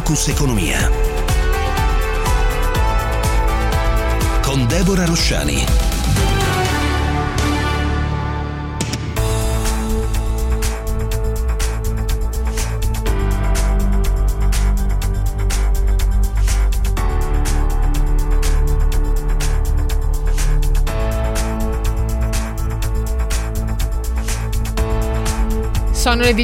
Focus Economia con Deborah Rosciani. Sono le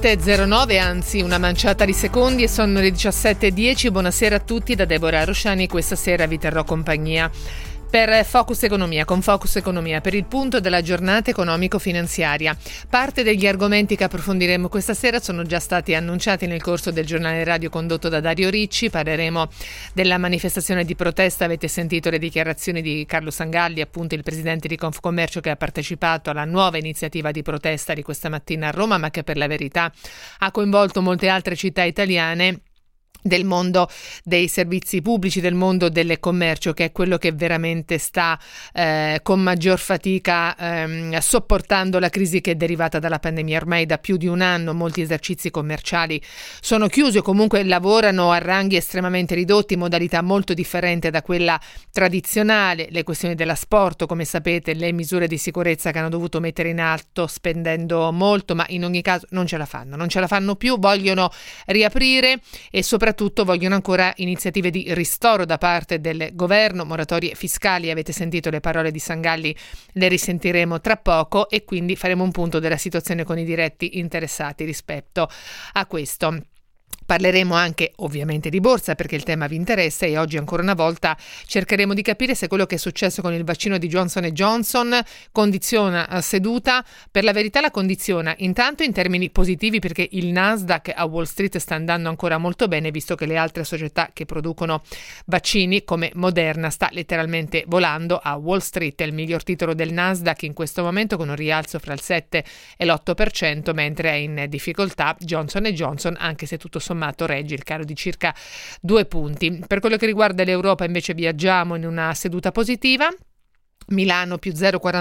17.09, anzi una manciata di secondi, e sono le 17.10. Buonasera a tutti da Deborah Rosciani. Questa sera vi terrò compagnia per Focus Economia, con Focus Economia, per il punto della giornata economico-finanziaria. Parte degli argomenti che approfondiremo questa sera sono già stati annunciati nel corso del giornale radio condotto da Dario Ricci. Parleremo della manifestazione di protesta. Avete sentito le dichiarazioni di Carlo Sangalli, appunto il presidente di Confcommercio, che ha partecipato alla nuova iniziativa di protesta di questa mattina a Roma, ma che per la verità ha coinvolto molte altre città italiane del mondo dei servizi pubblici, del mondo del commercio, che è quello che veramente sta con maggior fatica sopportando la crisi che è derivata dalla pandemia. Ormai da più di un anno molti esercizi commerciali sono chiusi o comunque lavorano a ranghi estremamente ridotti, modalità molto differente da quella tradizionale. Le questioni dell'asporto, come sapete, le misure di sicurezza che hanno dovuto mettere in atto spendendo molto, ma in ogni caso non ce la fanno più, vogliono riaprire e soprattutto vogliono ancora iniziative di ristoro da parte del governo, moratorie fiscali. Avete sentito le parole di Sangalli, le risentiremo tra poco, e quindi faremo un punto della situazione con i diretti interessati rispetto a questo. Parleremo anche ovviamente di borsa, perché il tema vi interessa, e oggi ancora una volta cercheremo di capire se quello che è successo con il vaccino di Johnson & Johnson condiziona seduta. Per la verità la condiziona intanto in termini positivi, perché il Nasdaq a Wall Street sta andando ancora molto bene, visto che le altre società che producono vaccini come Moderna sta letteralmente volando a Wall Street. È il miglior titolo del Nasdaq in questo momento, con un rialzo fra il 7 e l'8%, mentre è in difficoltà Johnson & Johnson, anche se tutto sommato regge il calo di circa 2 punti. Per quello che riguarda l'Europa invece viaggiamo in una seduta positiva. Milano più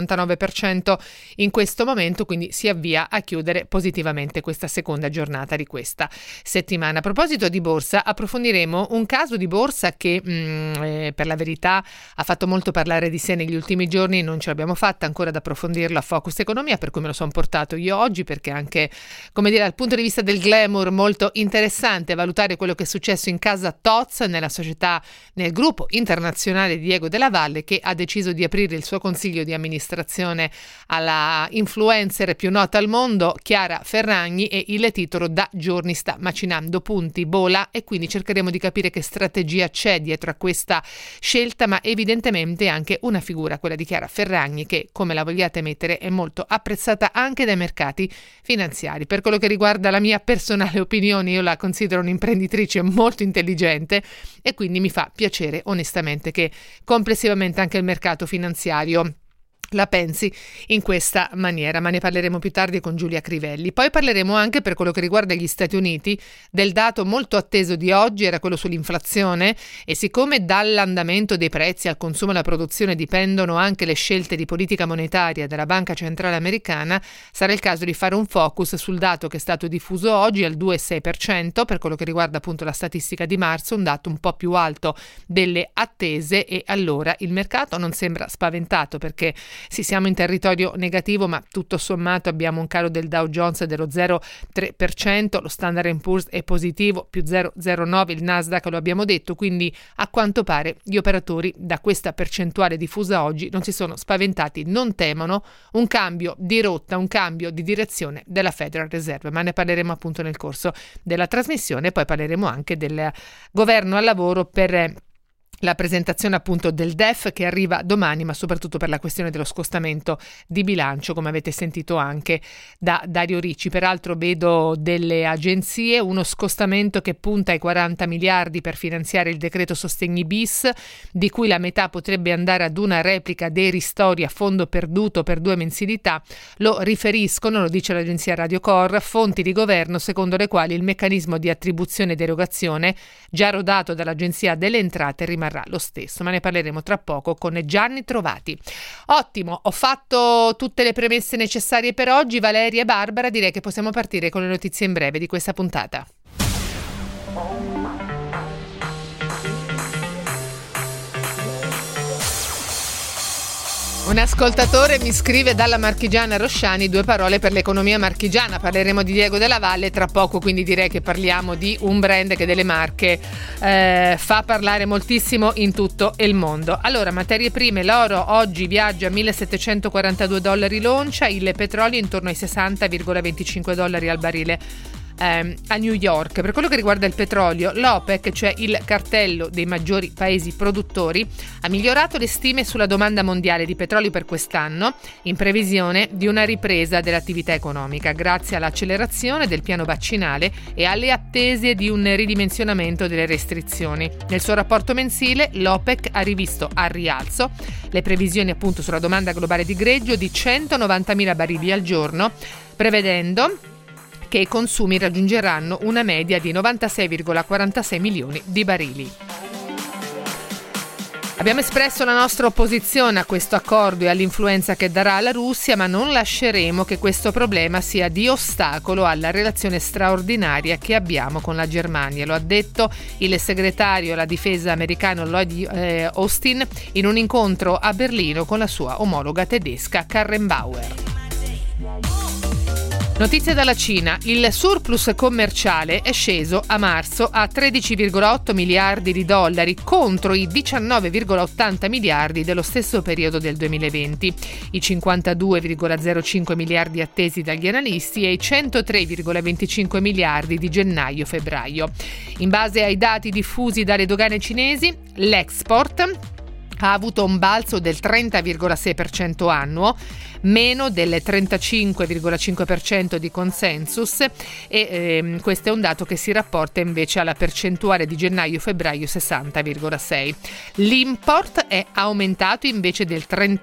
0,49% in questo momento, quindi si avvia a chiudere positivamente questa seconda giornata di questa settimana. A proposito di borsa, approfondiremo un caso di borsa che per la verità ha fatto molto parlare di sé negli ultimi giorni. Non ce l'abbiamo fatta ancora ad approfondirlo a Focus Economia, per cui me lo sono portato io oggi, perché anche, come dire, dal punto di vista del glamour molto interessante valutare quello che è successo in casa Tozzi, nella società, nel gruppo internazionale di Diego Della Valle, che ha deciso di aprire il suo consiglio di amministrazione alla influencer più nota al mondo, Chiara Ferragni, e il titolo da giorni sta macinando punti, vola, e quindi cercheremo di capire che strategia c'è dietro a questa scelta, ma evidentemente anche una figura, quella di Chiara Ferragni, che, come la vogliate mettere, è molto apprezzata anche dai mercati finanziari. Per quello che riguarda la mia personale opinione, io la considero un'imprenditrice molto intelligente, e quindi mi fa piacere onestamente che complessivamente anche il mercato finanziario la pensi in questa maniera, ma ne parleremo più tardi con Giulia Crivelli. Poi parleremo anche, per quello che riguarda gli Stati Uniti, del dato molto atteso di oggi, era quello sull'inflazione, e siccome dall'andamento dei prezzi al consumo e alla produzione dipendono anche le scelte di politica monetaria della Banca Centrale Americana, sarà il caso di fare un focus sul dato che è stato diffuso oggi al 2,6%, per quello che riguarda appunto la statistica di marzo, un dato un po' più alto delle attese, e allora il mercato non sembra spaventato, perché sì, siamo in territorio negativo, ma tutto sommato abbiamo un calo del Dow Jones dello 0,3%, lo Standard & Poor's è positivo, più 0,09%, il Nasdaq lo abbiamo detto, quindi a quanto pare gli operatori da questa percentuale diffusa oggi non si sono spaventati, non temono un cambio di rotta, un cambio di direzione della Federal Reserve, ma ne parleremo appunto nel corso della trasmissione. Poi parleremo anche del governo al lavoro per la presentazione appunto del DEF che arriva domani, ma soprattutto per la questione dello scostamento di bilancio, come avete sentito anche da Dario Ricci. Peraltro vedo delle agenzie uno scostamento che punta ai 40 miliardi per finanziare il decreto sostegni bis, di cui la metà potrebbe andare ad una replica dei ristori a fondo perduto per 2 mensilità. Lo riferiscono, lo dice l'agenzia Radio Cor, fonti di governo secondo le quali il meccanismo di attribuzione ed erogazione già rodato dall'agenzia delle entrate rimarrà lo stesso, ma ne parleremo tra poco con Gianni Trovati. Ottimo, ho fatto tutte le premesse necessarie per oggi. Valeria e Barbara, direi che possiamo partire con le notizie in breve di questa puntata. Un ascoltatore mi scrive dalla marchigiana Rosciani 2 parole per l'economia marchigiana. Parleremo di Diego Della Valle tra poco, quindi direi che parliamo di un brand che delle Marche fa parlare moltissimo in tutto il mondo. Allora, materie prime, l'oro oggi viaggia a $1.742 l'oncia, il petrolio intorno ai $60,25 al barile. A New York. Per quello che riguarda il petrolio, l'OPEC, cioè il cartello dei maggiori paesi produttori, ha migliorato le stime sulla domanda mondiale di petrolio per quest'anno in previsione di una ripresa dell'attività economica grazie all'accelerazione del piano vaccinale e alle attese di un ridimensionamento delle restrizioni. Nel suo rapporto mensile l'OPEC ha rivisto al rialzo le previsioni appunto sulla domanda globale di greggio di 190.000 barili al giorno, prevedendo che i consumi raggiungeranno una media di 96,46 milioni di barili. Abbiamo espresso la nostra opposizione a questo accordo e all'influenza che darà alla Russia, ma non lasceremo che questo problema sia di ostacolo alla relazione straordinaria che abbiamo con la Germania. Lo ha detto il segretario alla difesa americano Lloyd Austin in un incontro a Berlino con la sua omologa tedesca Karen Bauer. Notizie dalla Cina. Il surplus commerciale è sceso a marzo a $13,8 miliardi contro i 19,80 miliardi dello stesso periodo del 2020, i 52,05 miliardi attesi dagli analisti e i 103,25 miliardi di gennaio-febbraio. In base ai dati diffusi dalle dogane cinesi, l'export ha avuto un balzo del 30,6% annuo, meno del 35,5% di consensus e questo è un dato che si rapporta invece alla percentuale di gennaio-febbraio 60,6%. L'import è aumentato invece del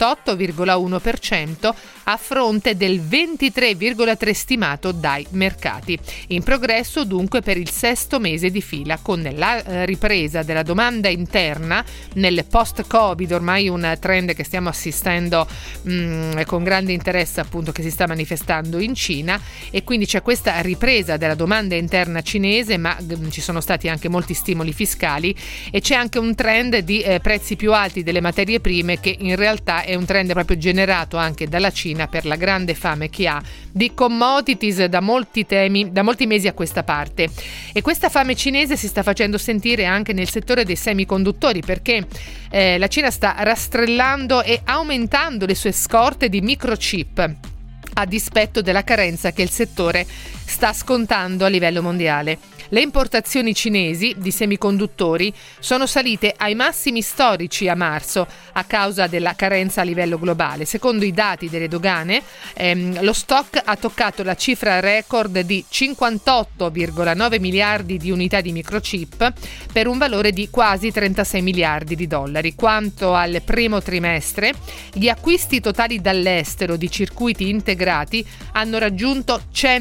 38,1% a fronte del 23,3% stimato dai mercati. In progresso dunque per il sesto mese di fila, con la ripresa della domanda interna nel post-Covid, ormai un trend che stiamo assistendo con grande interesse appunto che si sta manifestando in Cina, e quindi c'è questa ripresa della domanda interna cinese, ma ci sono stati anche molti stimoli fiscali e c'è anche un trend di prezzi più alti delle materie prime che in realtà è un trend proprio generato anche dalla Cina per la grande fame che ha di commodities da molti mesi a questa parte, e questa fame cinese si sta facendo sentire anche nel settore dei semiconduttori perché la Cina sta rastrellando e aumentando le sue scorte di microchip a dispetto della carenza che il settore sta scontando a livello mondiale. Le importazioni cinesi di semiconduttori sono salite ai massimi storici a marzo a causa della carenza a livello globale. Secondo i dati delle dogane, lo stock ha toccato la cifra record di 58,9 miliardi di unità di microchip per un valore di quasi 36 miliardi di dollari. Quanto al primo trimestre, gli acquisti totali dall'estero di circuiti integrati hanno raggiunto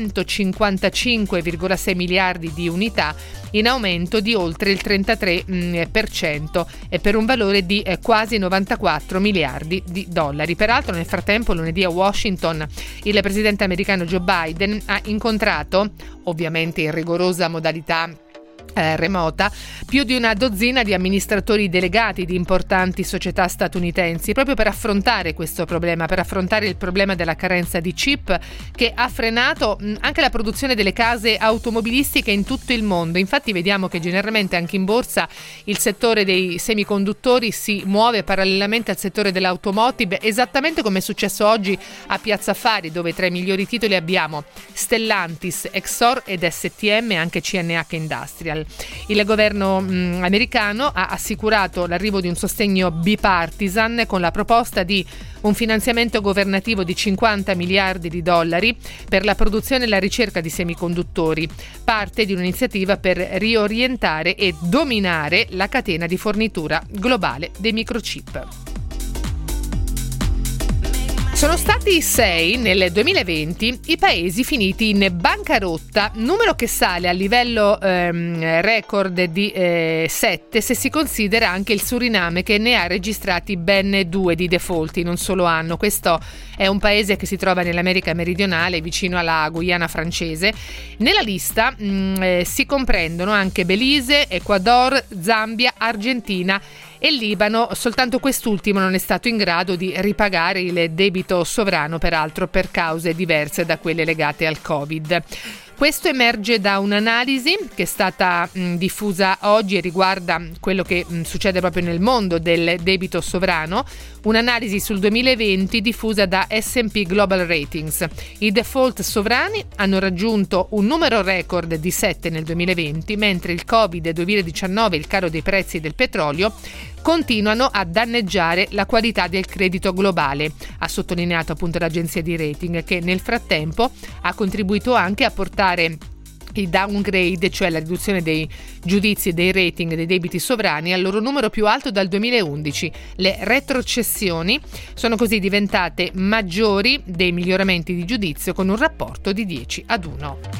155,6 miliardi di unità, in aumento di oltre il 33% e per un valore di quasi 94 miliardi di dollari. Peraltro, nel frattempo, lunedì a Washington, il presidente americano Joe Biden ha incontrato, ovviamente in rigorosa modalità remota, più di una dozzina di amministratori delegati di importanti società statunitensi proprio per affrontare questo problema, per affrontare il problema della carenza di chip che ha frenato anche la produzione delle case automobilistiche in tutto il mondo. Infatti vediamo che generalmente anche in borsa il settore dei semiconduttori si muove parallelamente al settore dell'automotive, esattamente come è successo oggi a Piazza Affari, dove tra i migliori titoli abbiamo Stellantis, Exor ed STM e anche CNH Industrial. Il governo americano ha assicurato l'arrivo di un sostegno bipartisan con la proposta di un finanziamento governativo di 50 miliardi di dollari per la produzione e la ricerca di semiconduttori, parte di un'iniziativa per riorientare e dominare la catena di fornitura globale dei microchip. Sono stati 6 nel 2020 i paesi finiti in bancarotta, numero che sale a livello record di 7 se si considera anche il Suriname, che ne ha registrati ben 2 di default in un solo anno. Questo è un paese che si trova nell'America meridionale, vicino alla Guyana francese. Nella lista si comprendono anche Belize, Ecuador, Zambia, Argentina e il Libano, soltanto quest'ultimo non è stato in grado di ripagare il debito sovrano, peraltro per cause diverse da quelle legate al Covid. Questo emerge da un'analisi che è stata diffusa oggi e riguarda quello che succede proprio nel mondo del debito sovrano, un'analisi sul 2020 diffusa da S&P Global Ratings. I default sovrani hanno raggiunto un numero record di 7 nel 2020, mentre il Covid 2019 e il calo dei prezzi del petrolio continuano a danneggiare la qualità del credito globale, ha sottolineato appunto l'agenzia di rating, che nel frattempo ha contribuito anche a portare il downgrade, cioè la riduzione dei giudizi e dei rating dei debiti sovrani, al loro numero più alto dal 2011. Le retrocessioni sono così diventate maggiori dei miglioramenti di giudizio, con un rapporto di 10-1.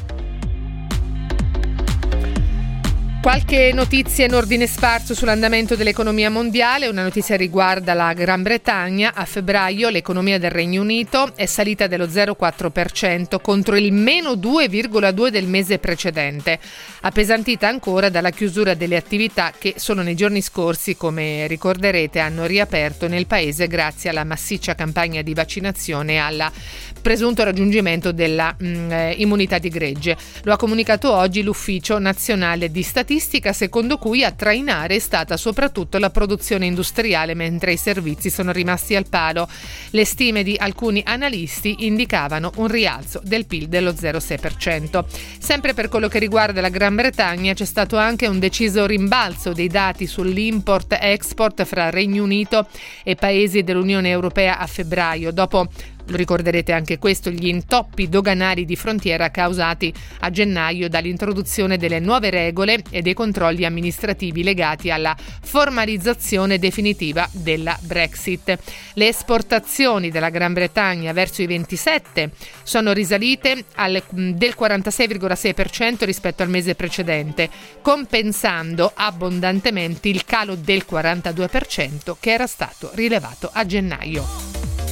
Qualche notizia in ordine sparso sull'andamento dell'economia mondiale. Una notizia riguarda la Gran Bretagna. A febbraio l'economia del Regno Unito è salita dello 0,4% contro il meno 2,2% del mese precedente, appesantita ancora dalla chiusura delle attività che solo nei giorni scorsi, come ricorderete, hanno riaperto nel paese grazie alla massiccia campagna di vaccinazione e al presunto raggiungimento della immunità di gregge. Lo ha comunicato oggi l'Ufficio Nazionale di Statistica, secondo cui a trainare è stata soprattutto la produzione industriale, mentre i servizi sono rimasti al palo. Le stime di alcuni analisti indicavano un rialzo del PIL dello 0,6%. Sempre per quello che riguarda la Gran Bretagna c'è stato anche un deciso rimbalzo dei dati sull'import-export fra Regno Unito e paesi dell'Unione Europea a febbraio, dopo, lo ricorderete anche questo, gli intoppi doganali di frontiera causati a gennaio dall'introduzione delle nuove regole e dei controlli amministrativi legati alla formalizzazione definitiva della Brexit. Le esportazioni della Gran Bretagna verso i 27 sono risalite del 46,6% rispetto al mese precedente, compensando abbondantemente il calo del 42% che era stato rilevato a gennaio.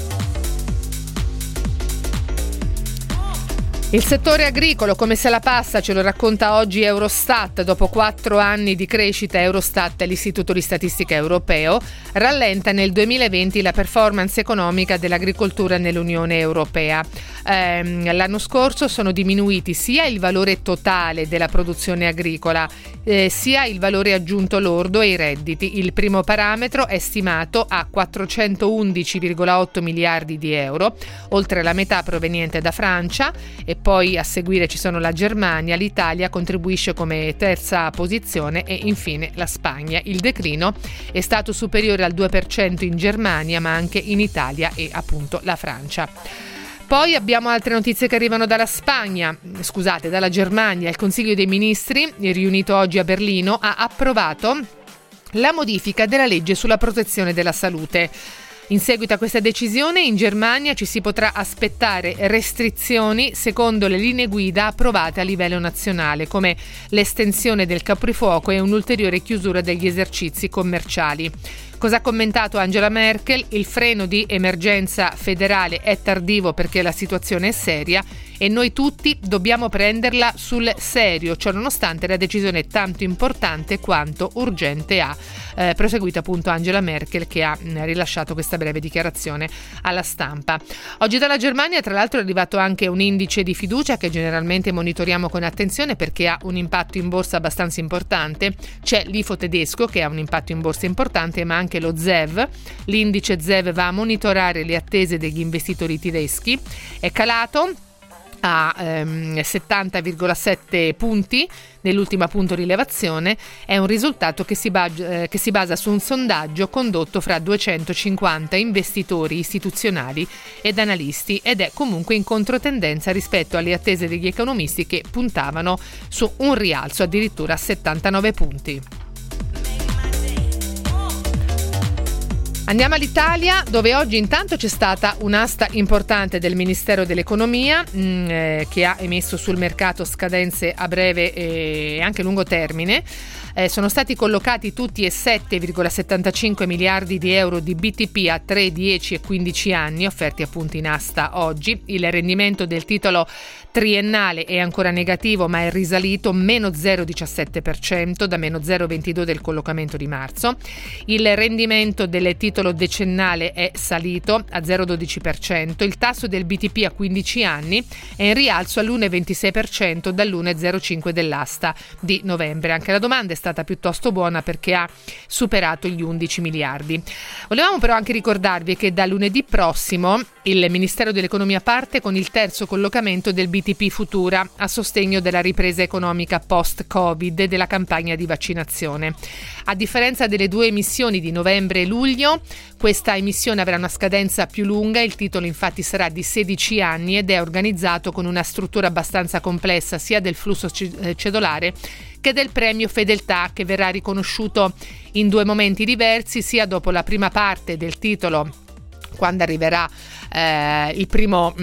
Il settore agricolo come se la passa, ce lo racconta oggi Eurostat. Dopo 4 anni di crescita, Eurostat, l'Istituto di Statistica Europeo, rallenta nel 2020 la performance economica dell'agricoltura nell'Unione Europea. L'anno scorso sono diminuiti sia il valore totale della produzione agricola, sia il valore aggiunto lordo e i redditi. Il primo parametro è stimato a 411,8 miliardi di euro, oltre la metà proveniente da Francia, e poi a seguire ci sono la Germania. L'Italia contribuisce come terza posizione e infine la Spagna. Il declino è stato superiore al 2% in Germania, ma anche in Italia e appunto la Francia. Poi abbiamo altre notizie che arrivano dalla Germania. Il Consiglio dei Ministri, riunito oggi a Berlino, ha approvato la modifica della legge sulla protezione della salute. In seguito a questa decisione, in Germania ci si potrà aspettare restrizioni secondo le linee guida approvate a livello nazionale, come l'estensione del coprifuoco e un'ulteriore chiusura degli esercizi commerciali. Cosa ha commentato Angela Merkel? Il freno di emergenza federale è tardivo perché la situazione è seria e noi tutti dobbiamo prenderla sul serio, ciò nonostante la decisione è tanto importante quanto urgente, ha proseguito appunto Angela Merkel, che ha rilasciato questa breve dichiarazione alla stampa. Oggi dalla Germania tra l'altro è arrivato anche un indice di fiducia che generalmente monitoriamo con attenzione perché ha un impatto in borsa abbastanza importante. C'è l'IFO tedesco che ha un impatto in borsa importante, ma anche lo ZEV. L'indice ZEV va a monitorare le attese degli investitori tedeschi, è calato a 70,7 punti nell'ultima punto rilevazione. È un risultato che si basa su un sondaggio condotto fra 250 investitori istituzionali ed analisti ed è comunque in controtendenza rispetto alle attese degli economisti che puntavano su un rialzo addirittura a 79 punti. Andiamo all'Italia, dove oggi intanto c'è stata un'asta importante del Ministero dell'Economia che ha emesso sul mercato scadenze a breve e anche lungo termine. Sono stati collocati tutti e 7,75 miliardi di euro di BTP a 3, 10 e 15 anni, offerti appunto in asta oggi. Il rendimento del titolo triennale è ancora negativo, ma è risalito meno 0,17% da meno 0,22% del collocamento di marzo. Il rendimento del titolo decennale è salito a 0,12%. Il tasso del BTP a 15 anni è in rialzo all'1,26% dall'1,05% dell'asta di novembre. Anche la domanda è stata piuttosto buona perché ha superato gli 11 miliardi. Volevamo però anche ricordarvi che da lunedì prossimo il Ministero dell'Economia parte con il terzo collocamento del BTP Futura a sostegno della ripresa economica post-Covid e della campagna di vaccinazione. A differenza delle due emissioni di novembre e luglio, questa emissione avrà una scadenza più lunga, il titolo infatti sarà di 16 anni ed è organizzato con una struttura abbastanza complessa sia del flusso cedolare che del premio Fedeltà, che verrà riconosciuto in due momenti diversi, sia dopo la prima parte del titolo, quando arriverà il primo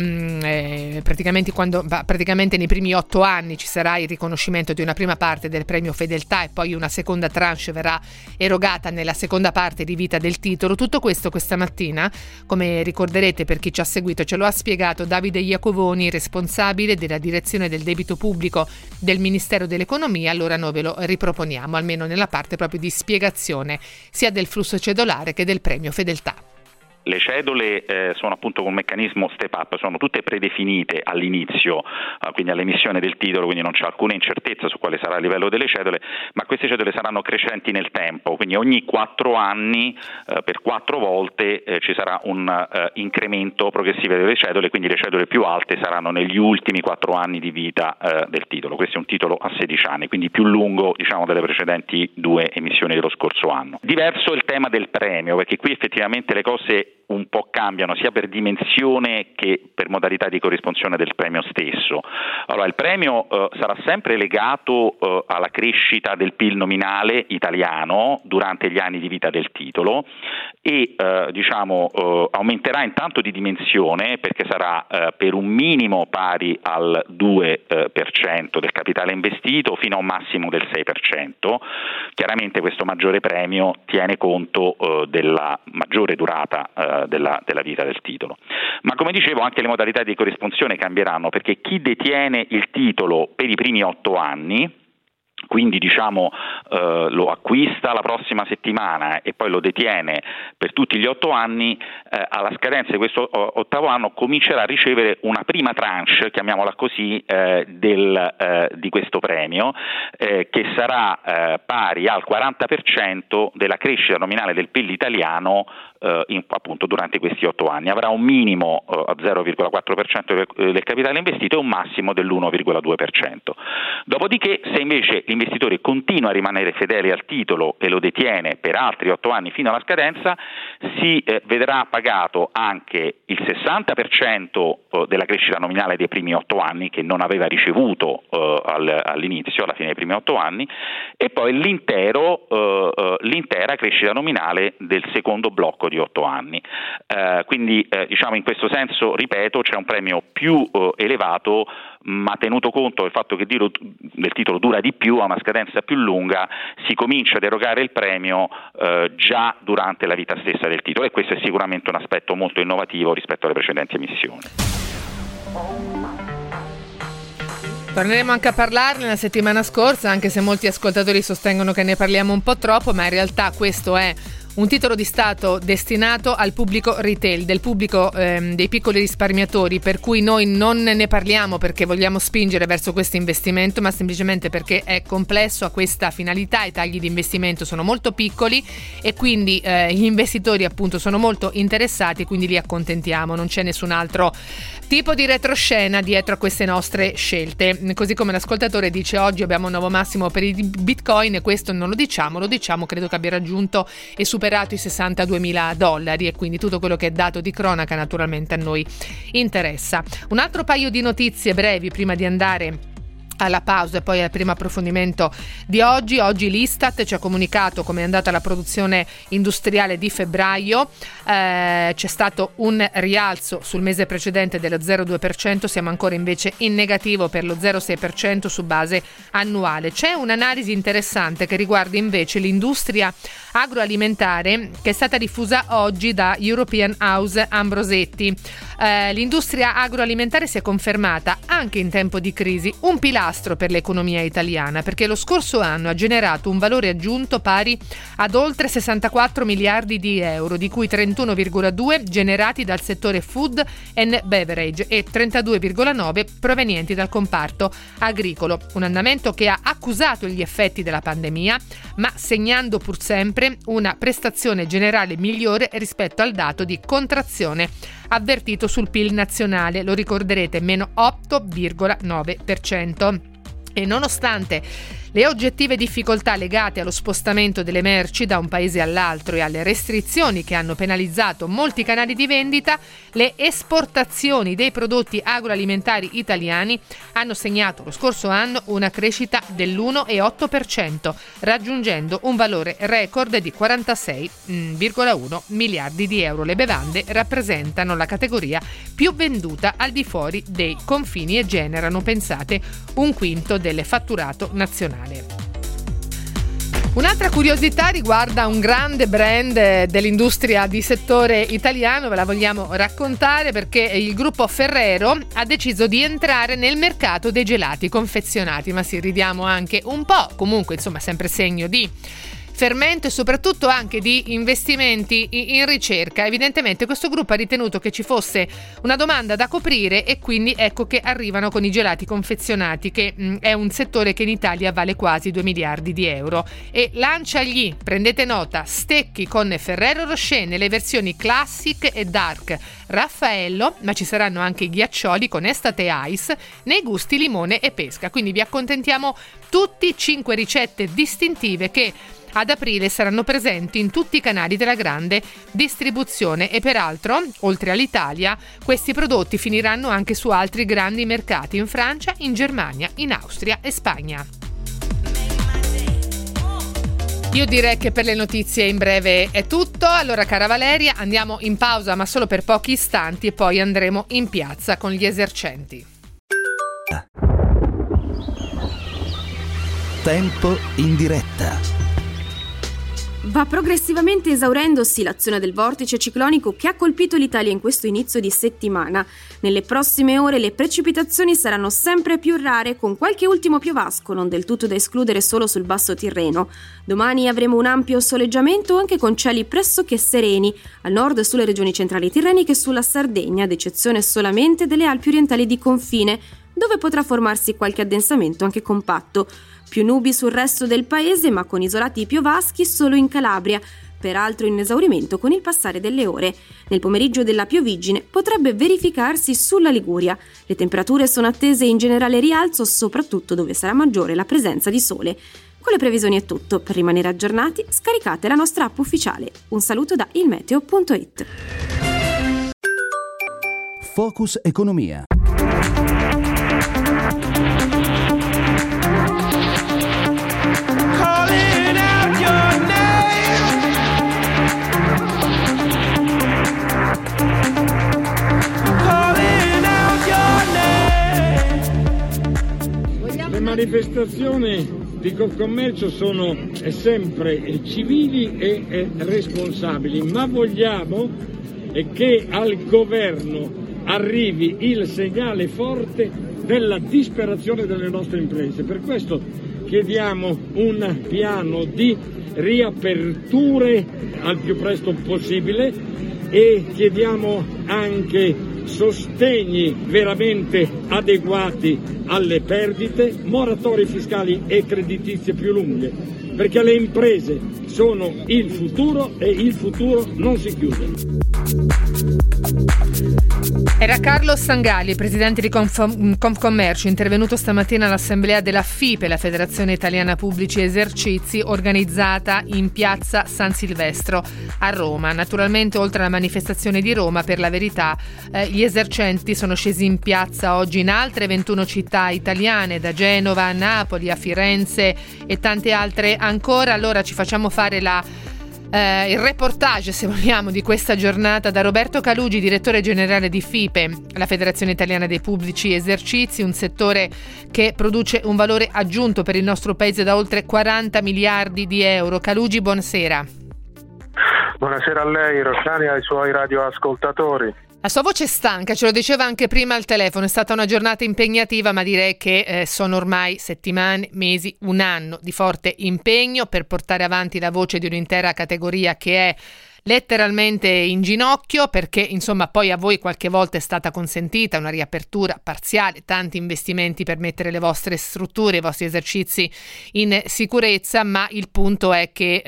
praticamente nei primi 8 anni ci sarà il riconoscimento di una prima parte del premio Fedeltà e poi una seconda tranche verrà erogata nella seconda parte di vita del titolo. Tutto questo questa mattina, come ricorderete per chi ci ha seguito, ce lo ha spiegato Davide Iacovoni, responsabile della direzione del debito pubblico del Ministero dell'Economia. Allora noi ve lo riproponiamo, almeno nella parte proprio di spiegazione sia del flusso cedolare che del premio Fedeltà. Le cedole sono appunto un meccanismo step up, sono tutte predefinite all'inizio, quindi all'emissione del titolo, quindi non c'è alcuna incertezza su quale sarà il livello delle cedole, ma queste cedole saranno crescenti nel tempo, quindi ogni 4 anni per 4 volte ci sarà un incremento progressivo delle cedole, quindi le cedole più alte saranno negli ultimi 4 anni di vita del titolo. Questo è un titolo a 16 anni, quindi più lungo delle precedenti 2 emissioni dello scorso anno. Diverso il tema del premio, perché qui effettivamente le cose un po' cambiano sia per dimensione che per modalità di corrispondenza del premio stesso. Allora, il premio sarà sempre legato alla crescita del PIL nominale italiano durante gli anni di vita del titolo e aumenterà intanto di dimensione, perché sarà per un minimo pari al 2% del capitale investito fino a un massimo del 6%. Chiaramente questo maggiore premio tiene conto della maggiore durata della vita del titolo. Ma come dicevo, anche le modalità di corrispondenza cambieranno, perché chi detiene il titolo per i primi 8 anni, quindi lo acquista la prossima settimana e poi lo detiene per tutti gli 8 anni, alla scadenza di questo 8º anno comincerà a ricevere una prima tranche, chiamiamola così, di questo premio, che sarà pari al 40% della crescita nominale del PIL italiano appunto durante questi 8 anni. Avrà un minimo a 0,4% del capitale investito e un massimo dell'1,2%. Dopodiché, se invece l'investitore continua a rimanere fedele al titolo e lo detiene per altri 8 anni fino alla scadenza, si vedrà pagato anche il 60% della crescita nominale dei primi 8 anni, che non aveva ricevuto all'inizio, alla fine dei primi 8 anni, e poi l'intera crescita nominale del secondo blocco di 8 anni. Quindi in questo senso, ripeto, c'è un premio più elevato, ma tenuto conto del fatto che il titolo dura di più, ha una scadenza più lunga, si comincia ad erogare il premio già durante la vita stessa del titolo, e questo è sicuramente un aspetto molto innovativo rispetto alle precedenti emissioni. Torneremo anche a parlarne la settimana scorsa, anche se molti ascoltatori sostengono che ne parliamo un po' troppo, ma in realtà questo è un titolo di Stato destinato al pubblico retail, del pubblico dei piccoli risparmiatori, per cui noi non ne parliamo perché vogliamo spingere verso questo investimento, ma semplicemente perché è complesso, ha questa finalità, i tagli di investimento sono molto piccoli e quindi gli investitori appunto sono molto interessati, quindi li accontentiamo, non c'è nessun altro tipo di retroscena dietro a queste nostre scelte. Così come l'ascoltatore dice: oggi abbiamo un nuovo massimo per il Bitcoin, e questo non lo diciamo, credo che abbia raggiunto e superato i $62.000, e quindi tutto quello che è dato di cronaca naturalmente a noi interessa. Un altro paio di notizie brevi prima di andare alla pausa e poi al primo approfondimento di oggi. Oggi l'Istat ci ha comunicato come è andata la produzione industriale di febbraio. C'è stato un rialzo sul mese precedente dello 0,2%, siamo ancora invece in negativo per lo 0,6% su base annuale. C'è un'analisi interessante che riguarda invece l'industria agroalimentare che è stata diffusa oggi da European House Ambrosetti. L'industria agroalimentare si è confermata anche in tempo di crisi un pilastro per l'economia italiana, perché lo scorso anno ha generato un valore aggiunto pari ad oltre 64 miliardi di euro, di cui 31,2 generati dal settore food and beverage e 32,9 provenienti dal comparto agricolo. Un andamento che ha accusato gli effetti della pandemia, ma segnando pur sempre una prestazione generale migliore rispetto al dato di contrazione avvertito sul PIL nazionale, lo ricorderete, meno 8,9%. E nonostante le oggettive difficoltà legate allo spostamento delle merci da un paese all'altro e alle restrizioni che hanno penalizzato molti canali di vendita, le esportazioni dei prodotti agroalimentari italiani hanno segnato lo scorso anno una crescita dell'1,8%, raggiungendo un valore record di 46,1 miliardi di euro. Le bevande rappresentano la categoria più venduta al di fuori dei confini e generano, pensate, un quinto del fatturato nazionale. Un'altra curiosità riguarda un grande brand dell'industria di settore italiano, ve la vogliamo raccontare perché il gruppo Ferrero ha deciso di entrare nel mercato dei gelati confezionati, ma sì, ridiamo anche un po', comunque insomma sempre segno di fermento e soprattutto anche di investimenti in ricerca. Evidentemente questo gruppo ha ritenuto che ci fosse una domanda da coprire e quindi ecco che arrivano con i gelati confezionati, che è un settore che in Italia vale quasi 2 miliardi di euro, e lancia gli, prendete nota, stecchi con Ferrero Rocher nelle versioni Classic e Dark Raffaello, ma ci saranno anche i ghiaccioli con Estate Ice nei gusti limone e pesca. Quindi vi accontentiamo tutti 5 ricette distintive che ad aprile saranno presenti in tutti i canali della grande distribuzione e peraltro, oltre all'Italia, questi prodotti finiranno anche su altri grandi mercati in Francia, in Germania, in Austria e Spagna. Io direi che per le notizie in breve è tutto. Allora, cara Valeria, andiamo in pausa ma solo per pochi istanti e poi andremo in piazza con gli esercenti. Tempo in diretta. Va progressivamente esaurendosi l'azione del vortice ciclonico che ha colpito l'Italia in questo inizio di settimana. Nelle prossime ore le precipitazioni saranno sempre più rare, con qualche ultimo piovasco non del tutto da escludere solo sul basso Tirreno. Domani avremo un ampio soleggiamento anche con cieli pressoché sereni, al nord sulle regioni centrali tirreniche e sulla Sardegna, ad eccezione solamente delle Alpi orientali di confine, dove potrà formarsi qualche addensamento anche compatto. Più nubi sul resto del paese, ma con isolati piovaschi solo in Calabria, peraltro in esaurimento con il passare delle ore. Nel pomeriggio della pioviggine potrebbe verificarsi sulla Liguria. Le temperature sono attese in generale rialzo, soprattutto dove sarà maggiore la presenza di sole. Con le previsioni è tutto. Per rimanere aggiornati, scaricate la nostra app ufficiale. Un saluto da ilmeteo.it. Focus Economia. Le manifestazioni di Confcommercio sono sempre civili e responsabili, ma vogliamo che al governo arrivi il segnale forte della disperazione delle nostre imprese. Per questo chiediamo un piano di riaperture al più presto possibile e chiediamo anche sostegni veramente adeguati alle perdite, moratorie fiscali e creditizie più lunghe, perché le imprese sono il futuro e il futuro non si chiude. Era Carlo Sangalli, presidente di Confcommercio, intervenuto stamattina all'assemblea della FIPE, la Federazione Italiana Pubblici Esercizi, organizzata in piazza San Silvestro a Roma. Naturalmente, oltre alla manifestazione di Roma, per la verità, gli esercenti sono scesi in piazza oggi in altre 21 città italiane, da Genova a Napoli a Firenze e tante altre ancora. Allora ci facciamo fare il reportage, se vogliamo, di questa giornata da Roberto Calugi, direttore generale di FIPE, la Federazione Italiana dei Pubblici Esercizi, un settore che produce un valore aggiunto per il nostro paese da oltre 40 miliardi di euro. Calugi, buonasera. Buonasera a lei, Rosciani, e ai suoi radioascoltatori. La sua voce è stanca, ce lo diceva anche prima al telefono, è stata una giornata impegnativa, ma direi che sono ormai settimane, mesi, un anno di forte impegno per portare avanti la voce di un'intera categoria che è letteralmente in ginocchio, perché insomma poi a voi qualche volta è stata consentita una riapertura parziale, tanti investimenti per mettere le vostre strutture, i vostri esercizi in sicurezza, ma il punto è che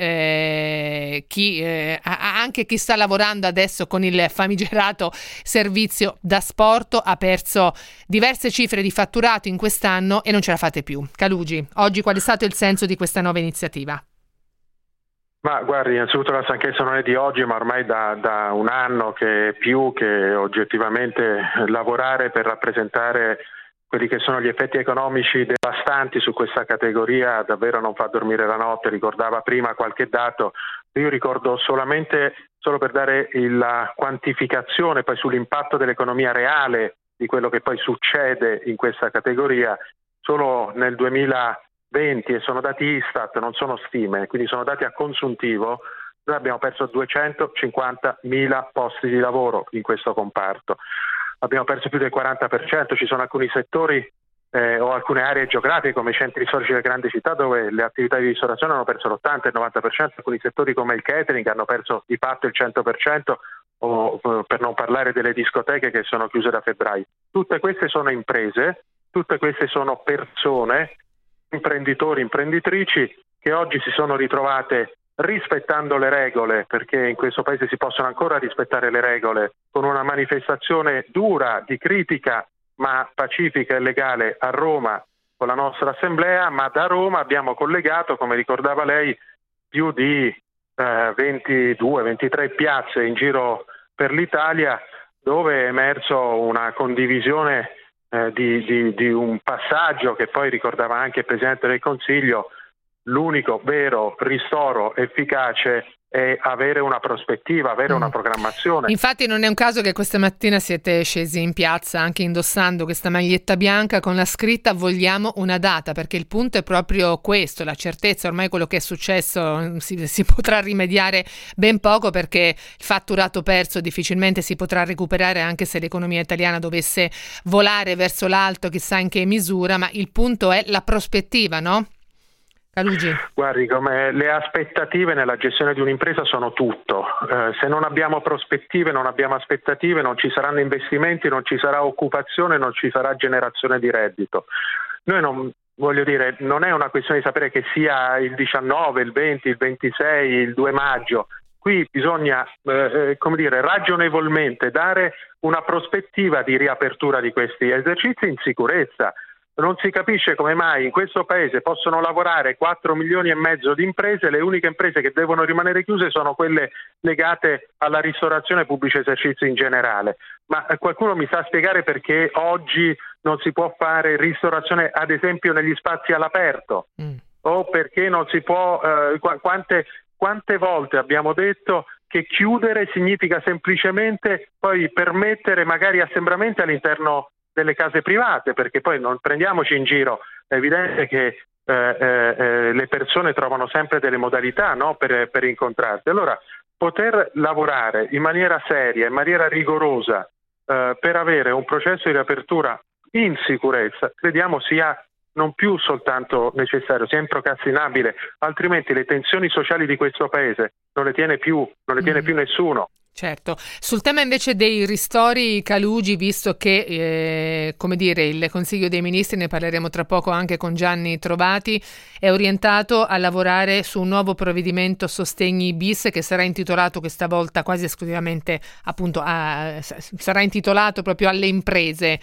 anche chi sta lavorando adesso con il famigerato servizio da sport ha perso diverse cifre di fatturato in quest'anno e non ce la fate più. Calugi, oggi qual è stato il senso di questa nuova iniziativa? Ma guardi, innanzitutto la stanchezza non è di oggi, ma ormai da un anno che più che oggettivamente lavorare per rappresentare quelli che sono gli effetti economici devastanti su questa categoria davvero non fa dormire la notte. Ricordava prima qualche dato, io ricordo solo per dare la quantificazione poi sull'impatto dell'economia reale di quello che poi succede in questa categoria. Solo nel 2020, e sono dati Istat, non sono stime, quindi sono dati a consuntivo, noi abbiamo perso 250.000 posti di lavoro in questo comparto. Abbiamo perso più del 40%, ci sono alcuni settori o alcune aree geografiche come i centri storici delle grandi città dove le attività di ristorazione hanno perso l'80 e il 90%, alcuni settori come il catering hanno perso di fatto il 100%, o per non parlare delle discoteche che sono chiuse da febbraio. Tutte queste sono imprese, tutte queste sono persone, imprenditori, imprenditrici che oggi si sono ritrovate rispettando le regole, perché in questo paese si possono ancora rispettare le regole, con una manifestazione dura di critica ma pacifica e legale a Roma con la nostra assemblea, ma da Roma abbiamo collegato, come ricordava lei, più di 22-23 piazze in giro per l'Italia dove è emerso una condivisione di un passaggio che poi ricordava anche il Presidente del Consiglio: l'unico vero ristoro efficace è avere una prospettiva, avere una programmazione. Infatti non è un caso che questa mattina siete scesi in piazza anche indossando questa maglietta bianca con la scritta "Vogliamo una data", perché il punto è proprio questo, la certezza. Ormai quello che è successo si potrà rimediare ben poco, perché il fatturato perso difficilmente si potrà recuperare, anche se l'economia italiana dovesse volare verso l'alto chissà in che misura, ma il punto è la prospettiva, no? Calugi. Guardi, come le aspettative nella gestione di un'impresa sono tutto. Se non abbiamo prospettive, non abbiamo aspettative, non ci saranno investimenti, non ci sarà occupazione, non ci sarà generazione di reddito. Noi non è una questione di sapere che sia il 19, il 20, il 26, il 2 maggio. Qui bisogna, ragionevolmente dare una prospettiva di riapertura di questi esercizi in sicurezza. Non si capisce come mai in questo paese possono lavorare 4 milioni e mezzo di imprese, le uniche imprese che devono rimanere chiuse sono quelle legate alla ristorazione e pubblici esercizi in generale. Ma qualcuno mi sa spiegare perché oggi non si può fare ristorazione, ad esempio, negli spazi all'aperto? O perché non si può... Quante volte abbiamo detto che chiudere significa semplicemente poi permettere magari assembramenti all'interno delle case private, perché poi non prendiamoci in giro, è evidente che le persone trovano sempre delle modalità, no, per incontrarsi. Allora, poter lavorare in maniera seria, in maniera rigorosa, per avere un processo di riapertura in sicurezza, crediamo sia non più soltanto necessario, sia improcrastinabile, altrimenti le tensioni sociali di questo paese non le tiene più nessuno. Certo. Sul tema invece dei ristori, Calugi, visto che il Consiglio dei Ministri, ne parleremo tra poco anche con Gianni Trovati, è orientato a lavorare su un nuovo provvedimento sostegni bis che sarà intitolato questa volta quasi esclusivamente sarà intitolato proprio alle imprese.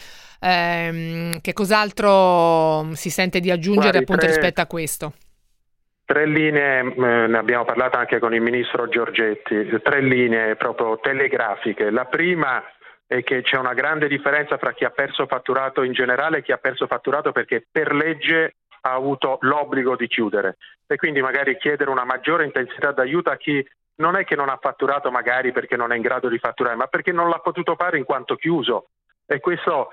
Che cos'altro si sente di aggiungere rispetto a questo? 3 linee, ne abbiamo parlato anche con il ministro Giorgetti, 3 linee proprio telegrafiche. La prima è che c'è una grande differenza fra chi ha perso fatturato in generale e chi ha perso fatturato perché per legge ha avuto l'obbligo di chiudere, e quindi magari chiedere una maggiore intensità d'aiuto a chi non è che non ha fatturato magari perché non è in grado di fatturare, ma perché non l'ha potuto fare in quanto chiuso. E questo,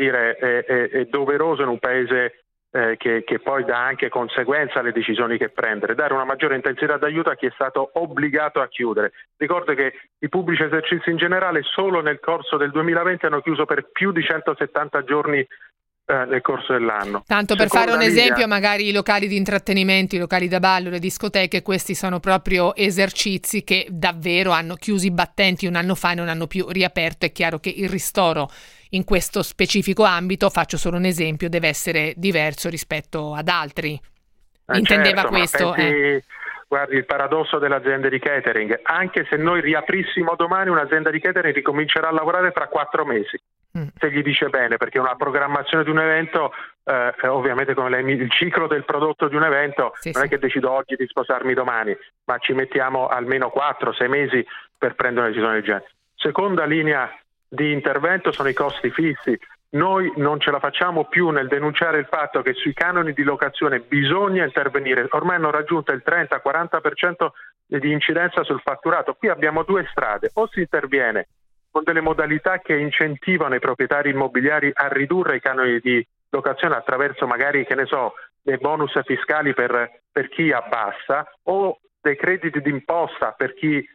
è doveroso in un paese che poi dà anche conseguenza alle decisioni che prendere, dare una maggiore intensità d'aiuto a chi è stato obbligato a chiudere. Ricordo che i pubblici esercizi in generale solo nel corso del 2020 hanno chiuso per più di 170 giorni nel corso dell'anno. Tanto per fare un esempio, magari i locali di intrattenimento, i locali da ballo, le discoteche, questi sono proprio esercizi che davvero hanno chiuso i battenti un anno fa e non hanno più riaperto. È chiaro che il ristoro in questo specifico ambito, faccio solo un esempio, deve essere diverso rispetto ad altri. Intendeva certo, questo. Guardi, il paradosso delle aziende di catering: anche se noi riaprissimo domani, un'azienda di catering ricomincerà a lavorare fra 4 mesi. Se gli dice bene, perché una programmazione di un evento, ovviamente come il ciclo del prodotto di un evento, non è che decido oggi di sposarmi domani, ma ci mettiamo almeno 4-6 mesi per prendere una decisione del genere. Seconda linea di intervento sono i costi fissi. Noi non ce la facciamo più nel denunciare il fatto che sui canoni di locazione bisogna intervenire. Ormai hanno raggiunto il 30-40% di incidenza sul fatturato. Qui abbiamo 2 strade: o si interviene con delle modalità che incentivano i proprietari immobiliari a ridurre i canoni di locazione attraverso magari, dei bonus fiscali per chi abbassa, o dei crediti d'imposta per chi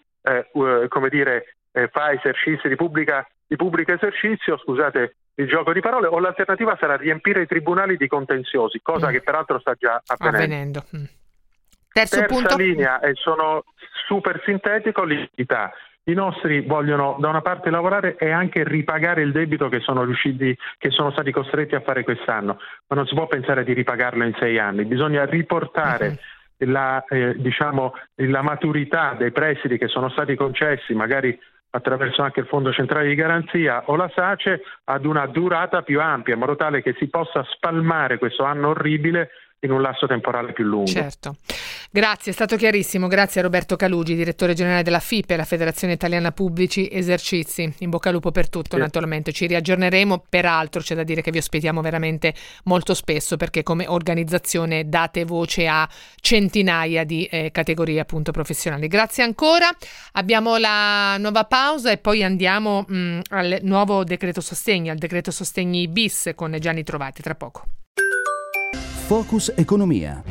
fa esercizi di pubblico esercizio, scusate il gioco di parole, o l'alternativa sarà riempire i tribunali di contenziosi, cosa che peraltro sta già avvenendo. Terza linea, e sono super sintetico, liquidità. I nostri vogliono da una parte lavorare e anche ripagare il debito che sono stati costretti a fare quest'anno, ma non si può pensare di ripagarlo in 6 anni, bisogna riportare la maturità dei prestiti che sono stati concessi, magari attraverso anche il Fondo Centrale di Garanzia o la SACE, ad una durata più ampia, in modo tale che si possa spalmare questo anno orribile in un lasso temporale più lungo. Certo. Grazie, è stato chiarissimo. Grazie a Roberto Calugi, direttore generale della FIPE, la Federazione Italiana Pubblici Esercizi. In bocca al lupo per tutto, naturalmente. Ci riaggiorneremo. Peraltro c'è da dire che vi ospitiamo veramente molto spesso, perché come organizzazione date voce a centinaia di categorie appunto professionali. Grazie ancora. Abbiamo la nuova pausa e poi andiamo al nuovo decreto sostegni, al decreto sostegni bis con Gianni Trovati tra poco. Focus Economia.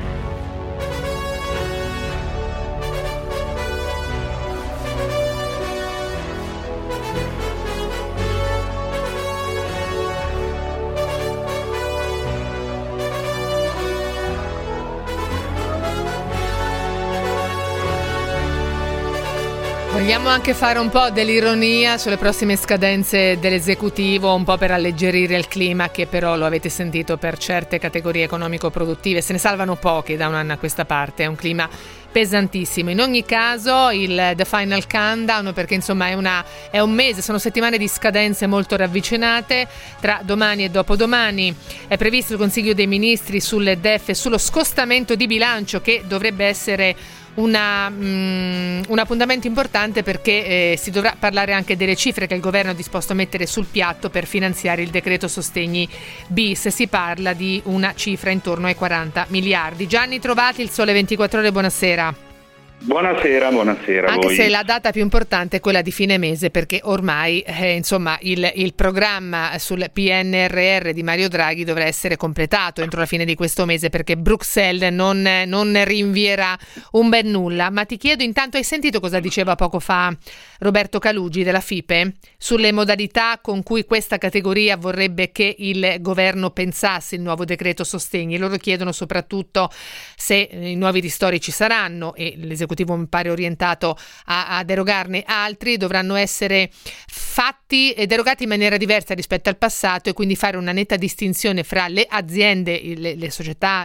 Vogliamo anche fare un po' dell'ironia sulle prossime scadenze dell'esecutivo, un po' per alleggerire il clima che però, lo avete sentito, per certe categorie economico-produttive se ne salvano pochi da un anno a questa parte, è un clima pesantissimo. In ogni caso il The Final Countdown, perché insomma è un mese, sono settimane di scadenze molto ravvicinate. Tra domani e dopodomani è previsto il Consiglio dei Ministri sul DEF e sullo scostamento di bilancio, che dovrebbe essere un appuntamento importante, perché si dovrà parlare anche delle cifre che il governo è disposto a mettere sul piatto per finanziare il decreto sostegni bis. Si parla di una cifra intorno ai 40 miliardi. Gianni Trovati, Il Sole 24 Ore, buonasera. Buonasera Anche voi. se la data più importante è quella di fine mese, perché ormai il programma sul PNRR di Mario Draghi dovrà essere completato entro la fine di questo mese, perché Bruxelles non rinvierà un bel nulla. Ma ti chiedo intanto, hai sentito cosa diceva poco fa Roberto Calugi della FIPE sulle modalità con cui questa categoria vorrebbe che il governo pensasse il nuovo decreto sostegni? Loro chiedono soprattutto se i nuovi ristori ci saranno, e l'esecutivo l'esecutivo mi pare orientato a derogarne altri, dovranno essere fatti e derogati in maniera diversa rispetto al passato, e quindi fare una netta distinzione fra le aziende, le società,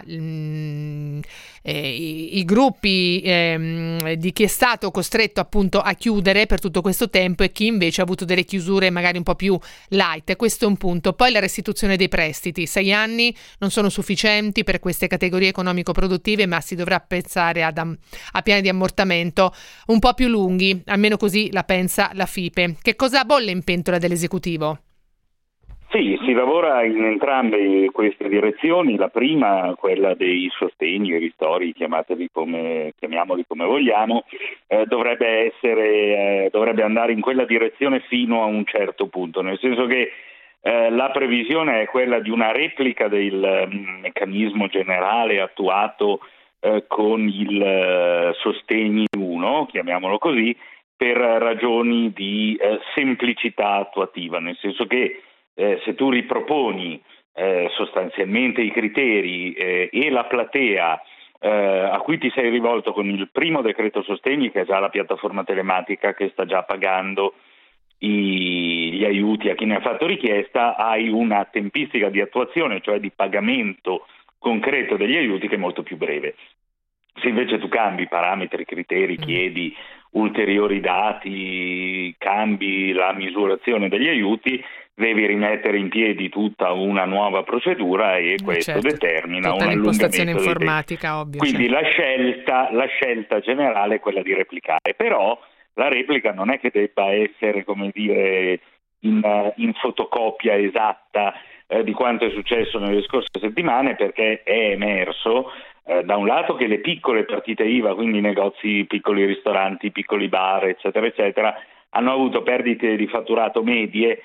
i gruppi di chi è stato costretto appunto a chiudere per tutto questo tempo e chi invece ha avuto delle chiusure magari un po' più light. Questo è un punto. Poi la restituzione dei prestiti. 6 anni non sono sufficienti per queste categorie economico-produttive, ma si dovrà pensare a piani di ammortamento un po' più lunghi, almeno così la pensa la FIPE. Che cosa bolle in pentola dell'esecutivo? Sì, si lavora in entrambe queste direzioni. La prima, quella dei sostegni e ristori, chiamiamoli come vogliamo, dovrebbe andare in quella direzione fino a un certo punto, nel senso che la previsione è quella di una replica del meccanismo generale attuato con il sostegni 1, chiamiamolo così, per ragioni di semplicità attuativa, nel senso che se tu riproponi sostanzialmente i criteri e la platea a cui ti sei rivolto con il primo decreto sostegni, che è già la piattaforma telematica che sta già pagando gli aiuti a chi ne ha fatto richiesta, hai una tempistica di attuazione, cioè di pagamento concreto degli aiuti, che è molto più breve. Se invece tu cambi parametri, criteri, chiedi ulteriori dati, cambi la misurazione degli aiuti, devi rimettere in piedi tutta una nuova procedura e questo determina un allungamento informatica, ovvio. Quindi la scelta generale è quella di replicare, però la replica non è che debba essere, come dire, in fotocopia esatta di quanto è successo nelle scorse settimane, perché è emerso da un lato che le piccole partite IVA, quindi negozi, piccoli ristoranti, piccoli bar, eccetera, eccetera, hanno avuto perdite di fatturato medie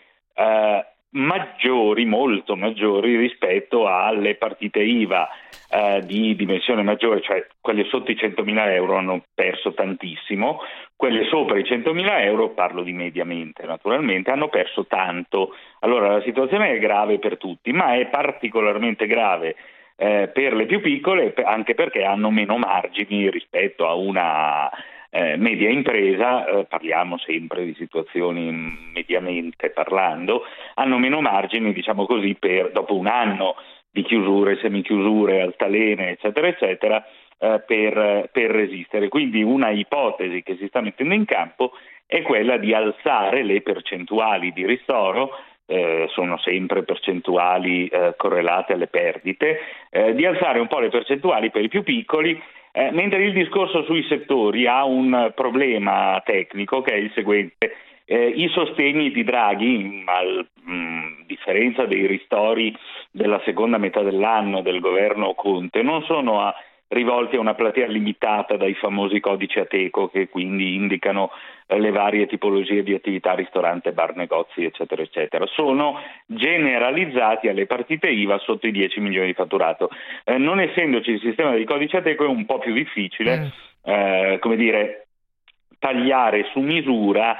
maggiori, molto maggiori rispetto alle partite IVA di dimensione maggiore, cioè quelle sotto i 100.000 euro hanno perso tantissimo, quelle sopra i 100.000 euro, parlo di mediamente naturalmente, hanno perso tanto. Allora la situazione è grave per tutti, ma è particolarmente grave per le più piccole, anche perché hanno meno margini rispetto a una media impresa, parliamo sempre di situazioni mediamente parlando, hanno meno margini, diciamo così, dopo un anno di chiusure, semichiusure, altalene, eccetera, eccetera, per resistere. Quindi una ipotesi che si sta mettendo in campo è quella di alzare le percentuali di ristoro, sono sempre percentuali correlate alle perdite, di alzare un po' le percentuali per i più piccoli, mentre il discorso sui settori ha un problema tecnico che è il seguente. I sostegni di Draghi, a differenza dei ristori della seconda metà dell'anno del governo Conte, non sono rivolti a una platea limitata dai famosi codici Ateco, che quindi indicano le varie tipologie di attività, ristorante, bar, negozi, eccetera, eccetera. Sono generalizzati alle partite IVA sotto i 10 milioni di fatturato. Non essendoci il sistema dei codici Ateco è un po' più difficile, come dire, tagliare su misura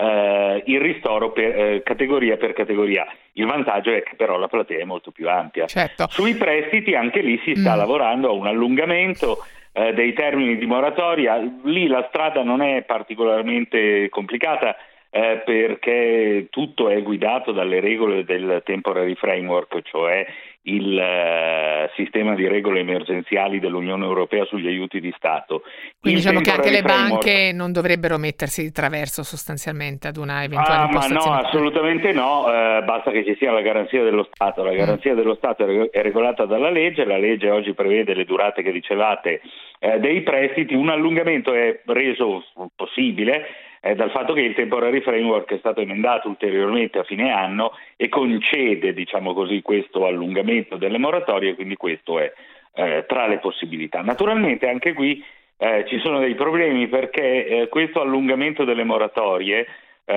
il ristoro per categoria per categoria. Il vantaggio è che però la platea è molto più ampia. Certo. Sui prestiti anche lì si sta lavorando a un allungamento dei termini di moratoria. Lì la strada non è particolarmente complicata perché tutto è guidato dalle regole del temporary framework, cioè il sistema di regole emergenziali dell'Unione Europea sugli aiuti di Stato. Quindi diciamo che anche le banche non dovrebbero mettersi di traverso sostanzialmente ad una eventuale impostazione. Ma no, assolutamente no, basta che ci sia la garanzia dello Stato. La garanzia dello Stato è regolata dalla legge, la legge oggi prevede le durate che dicevate dei prestiti. Un allungamento è reso possibile dal fatto che il temporary framework è stato emendato ulteriormente a fine anno e concede, diciamo così, questo allungamento delle moratorie, quindi questo è tra le possibilità. Naturalmente anche qui ci sono dei problemi perché questo allungamento delle moratorie,